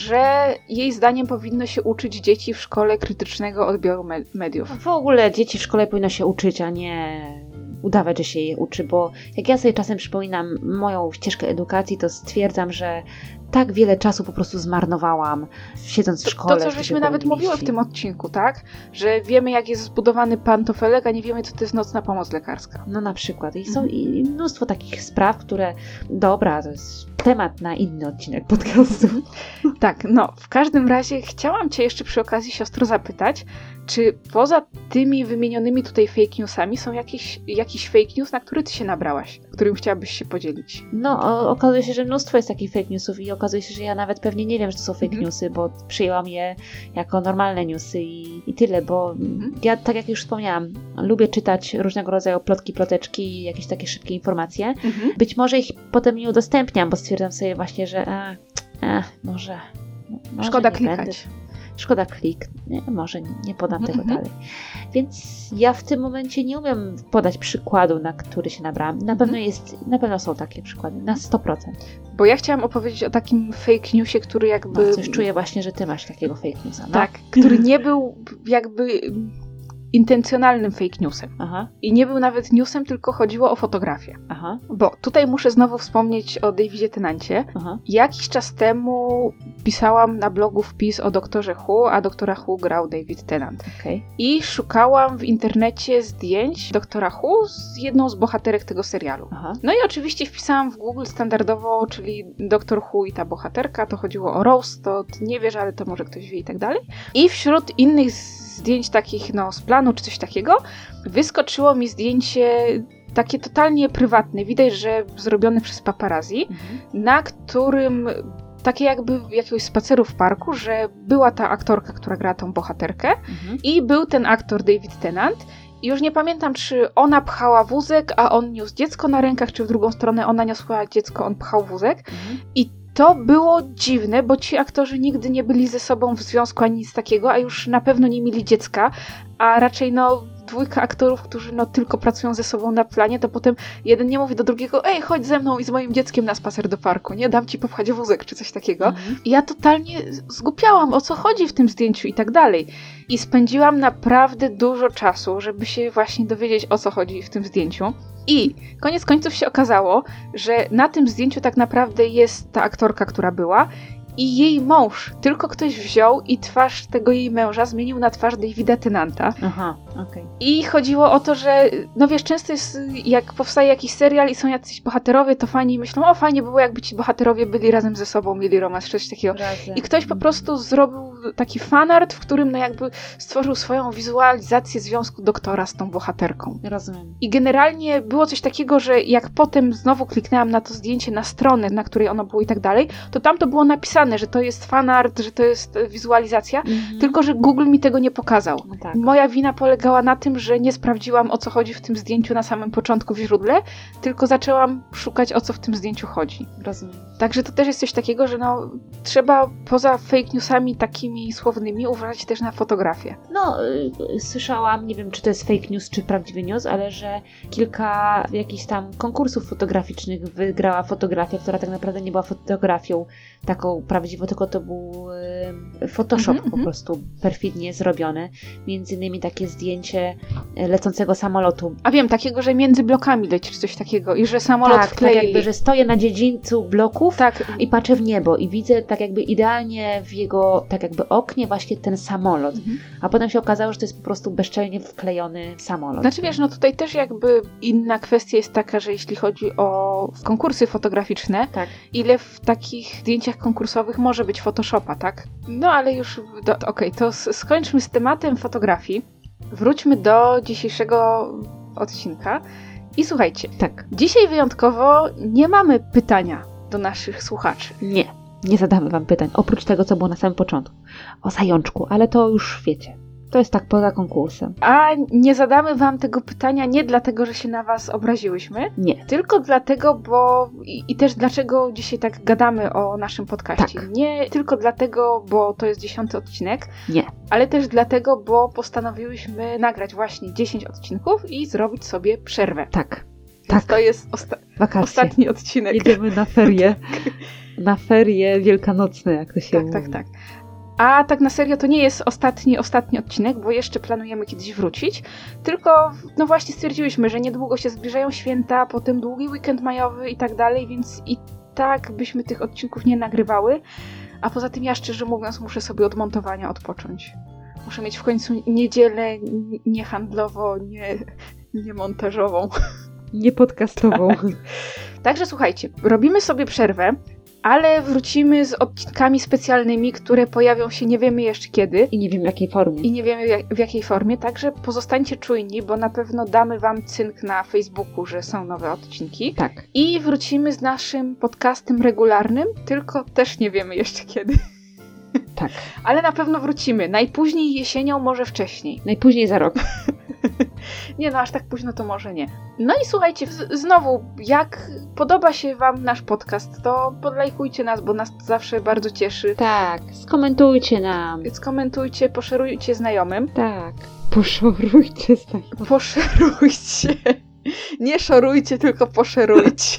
że jej zdaniem powinno się uczyć dzieci w szkole krytycznego odbioru me- mediów.
W ogóle dzieci w szkole powinno się uczyć, a nie udawać, że się je uczy, bo jak ja sobie czasem przypominam moją ścieżkę edukacji, to stwierdzam, że tak wiele czasu po prostu zmarnowałam, siedząc w szkole.
To, to co żeśmy nawet mówiły w tym odcinku, tak? Że wiemy, jak jest zbudowany pantofelek, a nie wiemy, co to jest nocna pomoc lekarska.
No na przykład. I są i mnóstwo takich spraw, które... Dobra, to jest temat na inny odcinek podcastu.
Tak, no. W każdym razie chciałam cię jeszcze przy okazji, siostro, zapytać, czy poza tymi wymienionymi tutaj fake newsami są jakieś, jakiś fake news, na który ty się nabrałaś, którym chciałabyś się podzielić?
No, o, okazuje się, że mnóstwo jest takich fake newsów i okazuje się, że ja nawet pewnie nie wiem, że to są fake mm. newsy, bo przyjęłam je jako normalne newsy i, i tyle, bo mm. ja, tak jak już wspomniałam, lubię czytać różnego rodzaju plotki, ploteczki i jakieś takie szybkie informacje. Mm-hmm. Być może ich potem nie udostępniam, bo stwierdzam sobie właśnie, że a, a, może, może
szkoda
nie
klikać.
Będę. Szkoda klik, nie, może nie, nie podam tego
mm-hmm.
dalej. Więc ja w tym momencie nie umiem podać przykładu, na który się nabrałam. Na pewno jest, na pewno są takie przykłady, na sto procent.
Bo ja chciałam opowiedzieć o takim fake newsie, który jakby...
No, coś czuję właśnie, że ty masz takiego fake newsa. No?
Tak, który nie był jakby intencjonalnym fake newsem.
Aha.
I nie był nawet newsem, tylko chodziło o fotografię.
Aha.
Bo tutaj muszę znowu wspomnieć o Davidzie Tennancie.
Aha.
Jakiś czas temu pisałam na blogu wpis o doktorze Who, a doktora Who grał David Tennant.
Okay.
I szukałam w internecie zdjęć doktora Who z jedną z bohaterek tego serialu.
Aha.
No i oczywiście wpisałam w Google standardowo, czyli doktor Who i ta bohaterka, to chodziło o Rose, to nie wiesz, ale to może ktoś wie i tak dalej. I wśród innych zdjęć takich, no, z planu czy coś takiego, wyskoczyło mi zdjęcie takie totalnie prywatne. Widać, że zrobione przez paparazzi, mhm. na którym takie jakby jakiegoś spaceru w parku, że była ta aktorka, która gra tą bohaterkę mhm. i był ten aktor David Tennant. I już nie pamiętam, czy ona pchała wózek, a on niósł dziecko na rękach, czy w drugą stronę ona niosła dziecko, on pchał wózek. Mhm. I to było dziwne, bo ci aktorzy nigdy nie byli ze sobą w związku ani nic takiego, a już na pewno nie mieli dziecka, a raczej no dwójka aktorów, którzy no tylko pracują ze sobą na planie, to potem jeden nie mówi do drugiego, ej, chodź ze mną i z moim dzieckiem na spacer do parku, nie? Dam ci popchać wózek, czy coś takiego. Mhm. I ja totalnie zgubiałam, o co chodzi w tym zdjęciu i tak dalej. I spędziłam naprawdę dużo czasu, żeby się właśnie dowiedzieć, o co chodzi w tym zdjęciu. I koniec końców się okazało, że na tym zdjęciu tak naprawdę jest ta aktorka, która była, i jej mąż. Tylko ktoś wziął i twarz tego jej męża zmienił na twarz Davida Tennanta.
Aha, okej. Okay.
I chodziło o to, że no wiesz, często jest, jak powstaje jakiś serial i są jacyś bohaterowie, to fani myślą, o fajnie by było, jakby ci bohaterowie byli razem ze sobą, mieli romans, coś takiego.
Razem.
I ktoś po prostu zrobił taki fanart, w którym no jakby stworzył swoją wizualizację związku doktora z tą bohaterką.
Rozumiem.
I generalnie było coś takiego, że jak potem znowu kliknęłam na to zdjęcie, na stronę, na której ono było i tak dalej, to tam to było napisane, że to jest fanart, że to jest wizualizacja, mm-hmm. tylko że Google mi tego nie pokazał.
No tak.
Moja wina polegała na tym, że nie sprawdziłam, o co chodzi w tym zdjęciu na samym początku w źródle, tylko zaczęłam szukać, o co w tym zdjęciu chodzi.
Rozumiem.
Także to też jest coś takiego, że no, trzeba poza fake newsami takimi słownymi uważać też na fotografię.
No, y, słyszałam, nie wiem, czy to jest fake news, czy prawdziwy news, ale że kilka jakichś tam konkursów fotograficznych wygrała fotografia, która tak naprawdę nie była fotografią taką prawdziwą, tylko to był y, Photoshop mm-hmm, po mm-hmm. prostu perfidnie zrobiony. Między innymi takie zdjęcie lecącego samolotu.
A wiem, takiego, że między blokami leci, czy coś takiego i że samolot
tak,
wkleili.
Tak, jakby, że stoję na dziedzińcu bloków
tak.
i patrzę w niebo i widzę tak jakby idealnie w jego tak jakby oknie właśnie ten samolot. Mm-hmm. A potem się okazało, że to jest po prostu bezczelnie wklejony samolot.
Znaczy wiesz, no tutaj też jakby inna kwestia jest taka, że jeśli chodzi o konkursy fotograficzne,
tak.
ile w takich zdjęciach konkursowych może być Photoshopa, tak? No ale już, do, okej, okay, to skończmy z tematem fotografii. Wróćmy do dzisiejszego odcinka. I słuchajcie,
tak.
Dzisiaj wyjątkowo nie mamy pytania do naszych słuchaczy.
Nie, nie zadamy wam pytań, oprócz tego, co było na samym początku. O zajączku, ale to już wiecie. To jest tak poza konkursem.
A nie zadamy wam tego pytania nie dlatego, że się na was obraziłyśmy,
Nie.
tylko dlatego, bo i, i też dlaczego dzisiaj tak gadamy o naszym podcaście.
Tak.
Nie tylko dlatego, bo to jest dziesiąty odcinek,
Nie.
ale też dlatego, bo postanowiłyśmy nagrać właśnie dziesięć odcinków i zrobić sobie przerwę.
Tak.
Więc
Tak.
to jest osta-
Wakacje.
ostatni odcinek.
Jedziemy na ferie. Na ferie wielkanocne, jak to się
Tak,
mówi.
tak, tak. A tak na serio to nie jest ostatni, ostatni odcinek, bo jeszcze planujemy kiedyś wrócić, tylko no właśnie stwierdziłyśmy, że niedługo się zbliżają święta, potem długi weekend majowy i tak dalej, więc i tak byśmy tych odcinków nie nagrywały, a poza tym ja szczerze mówiąc muszę sobie od montowania odpocząć. Muszę mieć w końcu niedzielę nie handlowo, nie, nie montażową.
Nie podcastową.
Tak. Także słuchajcie, robimy sobie przerwę, ale wrócimy z odcinkami specjalnymi, które pojawią się nie wiemy jeszcze kiedy.
I nie wiem w jakiej formie.
I nie wiemy jak, w jakiej formie, także pozostańcie czujni, bo na pewno damy wam cynk na Facebooku, że są nowe odcinki.
Tak.
I wrócimy z naszym podcastem regularnym, tylko też nie wiemy jeszcze kiedy.
Tak.
Ale na pewno wrócimy. Najpóźniej jesienią, może wcześniej.
Najpóźniej za rok.
Nie no, aż tak późno to może nie. No i słuchajcie, z- znowu, jak podoba się wam nasz podcast, to podlajkujcie nas, bo nas to zawsze bardzo cieszy.
Tak. Skomentujcie nam.
Skomentujcie, poszerujcie znajomym.
Tak. Poszorujcie znajomych.
Poszerujcie. Nie szorujcie, tylko poszerujcie.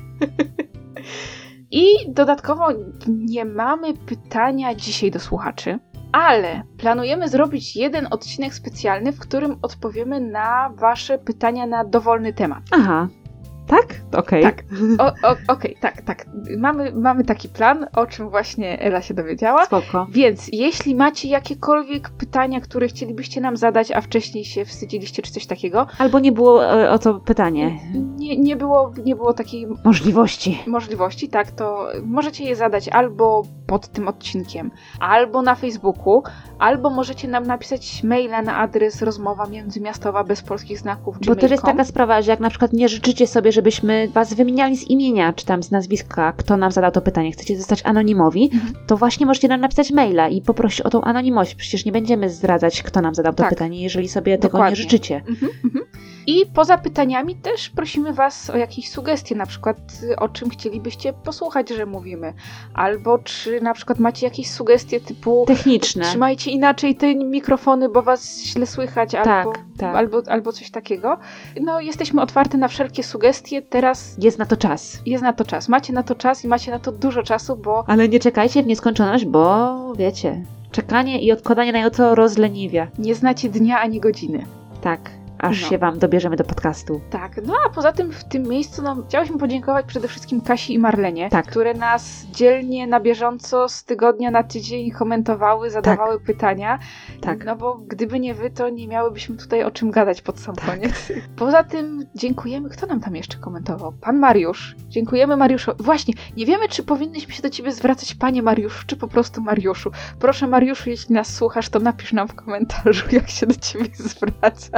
I dodatkowo nie mamy pytania dzisiaj do słuchaczy, ale planujemy zrobić jeden odcinek specjalny, w którym odpowiemy na wasze pytania na dowolny temat.
Aha. Tak? Okej.
Tak. O, o, Okej, tak, tak. Mamy, mamy taki plan, o czym właśnie Ela się dowiedziała.
Spoko.
Więc jeśli macie jakiekolwiek pytania, które chcielibyście nam zadać, a wcześniej się wstydziliście czy coś takiego,
Albo nie było e, o to pytanie.
nie, nie, było, nie było takiej
Możliwości.
możliwości, tak, to możecie je zadać albo pod tym odcinkiem, albo na Facebooku, albo możecie nam napisać maila na adres rozmowa międzymiastowa bez polskich znaków
Bo też jest
gmail kropka com.
taka sprawa, że jak na przykład nie życzycie sobie, żebyśmy was wymieniali z imienia, czy tam z nazwiska, kto nam zadał to pytanie, chcecie zostać anonimowi,
Mhm.
to właśnie możecie nam napisać maila i poprosić o tą anonimowość. Przecież nie będziemy zdradzać, kto nam zadał to
Tak.
pytanie, jeżeli sobie tego
Dokładnie.
nie życzycie.
Mhm, mhm. I poza pytaniami też prosimy was o jakieś sugestie, na przykład y, o czym chcielibyście posłuchać, że mówimy, albo czy na przykład macie jakieś sugestie typu
Techniczne.
trzymajcie inaczej te mikrofony, bo was źle słychać, albo,
tak.
albo, albo coś takiego. No, jesteśmy otwarte na wszelkie sugestie, teraz
Jest na to czas.
jest na to czas. Macie na to czas i macie na to dużo czasu, bo
Ale nie czekajcie w nieskończoność, bo wiecie, czekanie i odkładanie na jutro rozleniwia.
nie znacie dnia ani godziny.
Tak, aż
No.
się wam dobierzemy do podcastu.
Tak, no a poza tym w tym miejscu no, chciałyśmy podziękować przede wszystkim Kasi i Marlenie,
Tak.
które nas dzielnie, na bieżąco, z tygodnia na tydzień komentowały, zadawały pytania.
Tak.
No bo gdyby nie wy, to nie miałybyśmy tutaj o czym gadać pod sam koniec. Poza tym dziękujemy, kto nam tam jeszcze komentował? Pan Mariusz. Dziękujemy Mariuszowi. Właśnie, nie wiemy, czy powinnyśmy się do ciebie zwracać panie Mariuszu, czy po prostu Mariuszu. Proszę Mariuszu, jeśli nas słuchasz, to napisz nam w komentarzu, jak się do ciebie zwracać.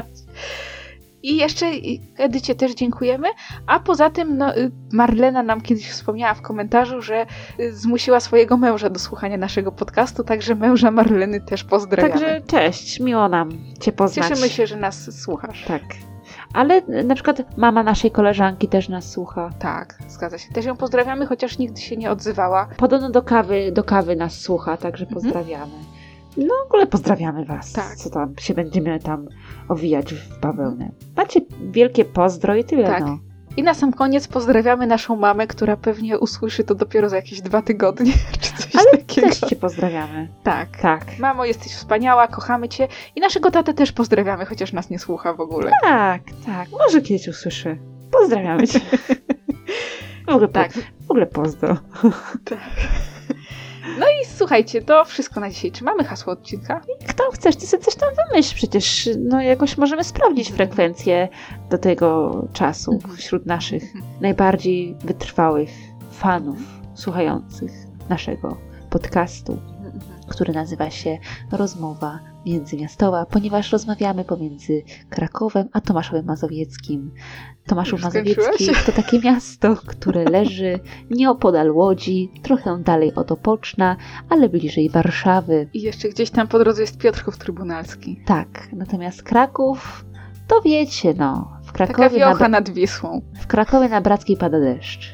I jeszcze Edycie też dziękujemy, a poza tym no, y, Marlena nam kiedyś wspomniała w komentarzu, że y, zmusiła swojego męża do słuchania naszego podcastu, także męża Marleny też pozdrawiamy.
Także cześć, miło nam cię poznać.
Cieszymy się, że nas słuchasz.
Tak. Ale na przykład mama naszej koleżanki też nas słucha.
Tak, zgadza się. Też ją pozdrawiamy, chociaż nigdy się nie odzywała.
Podobno do kawy, do kawy nas słucha, także
Mhm.
pozdrawiamy. No w ogóle pozdrawiamy was.
Tak.
Co tam się będziemy tam owijać w bawełnę. Macie wielkie pozdro i tyle,
Tak.
no.
I na sam koniec pozdrawiamy naszą mamę, która pewnie usłyszy to dopiero za jakieś dwa tygodnie, czy coś
Ale
takiego.
też cię pozdrawiamy.
Tak.
Tak.
Mamo, jesteś wspaniała, kochamy cię. I naszego tatę też pozdrawiamy, chociaż nas nie słucha w ogóle.
Tak, tak. Może kiedyś usłyszy. Pozdrawiamy cię. W ogóle,
Tak.
po, w ogóle pozdro.
No i słuchajcie, to wszystko na dzisiaj. Czy mamy hasło odcinka?
Kto chcesz, ty sobie coś tam wymyśl. Przecież no jakoś możemy sprawdzić frekwencję do tego czasu
Mhm.
wśród naszych
Mhm.
najbardziej wytrwałych fanów słuchających naszego podcastu. który nazywa się Rozmowa Międzymiastowa, ponieważ rozmawiamy pomiędzy Krakowem a Tomaszowem Mazowieckim. Tomaszów Mazowiecki to takie miasto, które leży nieopodal Łodzi, trochę dalej od Opoczna, ale bliżej Warszawy.
I jeszcze gdzieś tam po drodze jest Piotrków Trybunalski.
Tak, natomiast Kraków, to wiecie, no, w Krakowie...
Taka wiocha
na,
nad Wisłą.
W Krakowie na Brackiej pada deszcz.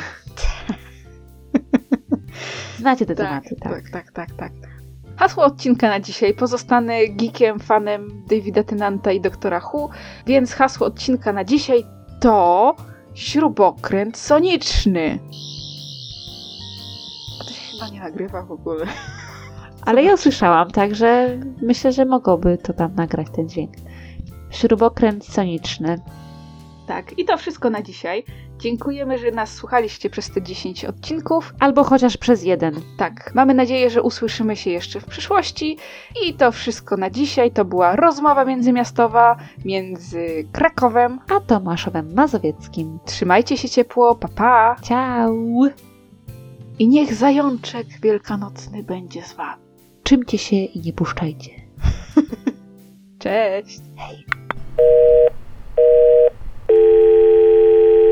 Znacie te
tak,
tematy, tak.
Tak, tak, tak, tak. Hasło odcinka na dzisiaj. Pozostanę geekiem, fanem Davida Tennanta i doktora Who, więc hasło odcinka na dzisiaj to śrubokręt soniczny. A to się chyba nie nagrywa w ogóle.
Ale ja usłyszałam, także myślę, że mogłoby to tam nagrać ten dźwięk. Śrubokręt soniczny.
Tak, i to wszystko na dzisiaj. Dziękujemy, że nas słuchaliście przez te dziesięć odcinków.
Albo chociaż przez jeden.
Tak, mamy nadzieję, że usłyszymy się jeszcze w przyszłości. I to wszystko na dzisiaj. To była rozmowa międzymiastowa między Krakowem
a Tomaszowem Mazowieckim.
Trzymajcie się ciepło, pa pa!
Ciao!
I niech zajączek wielkanocny będzie z wami.
Czymcie się i nie puszczajcie.
Cześć!
Hej!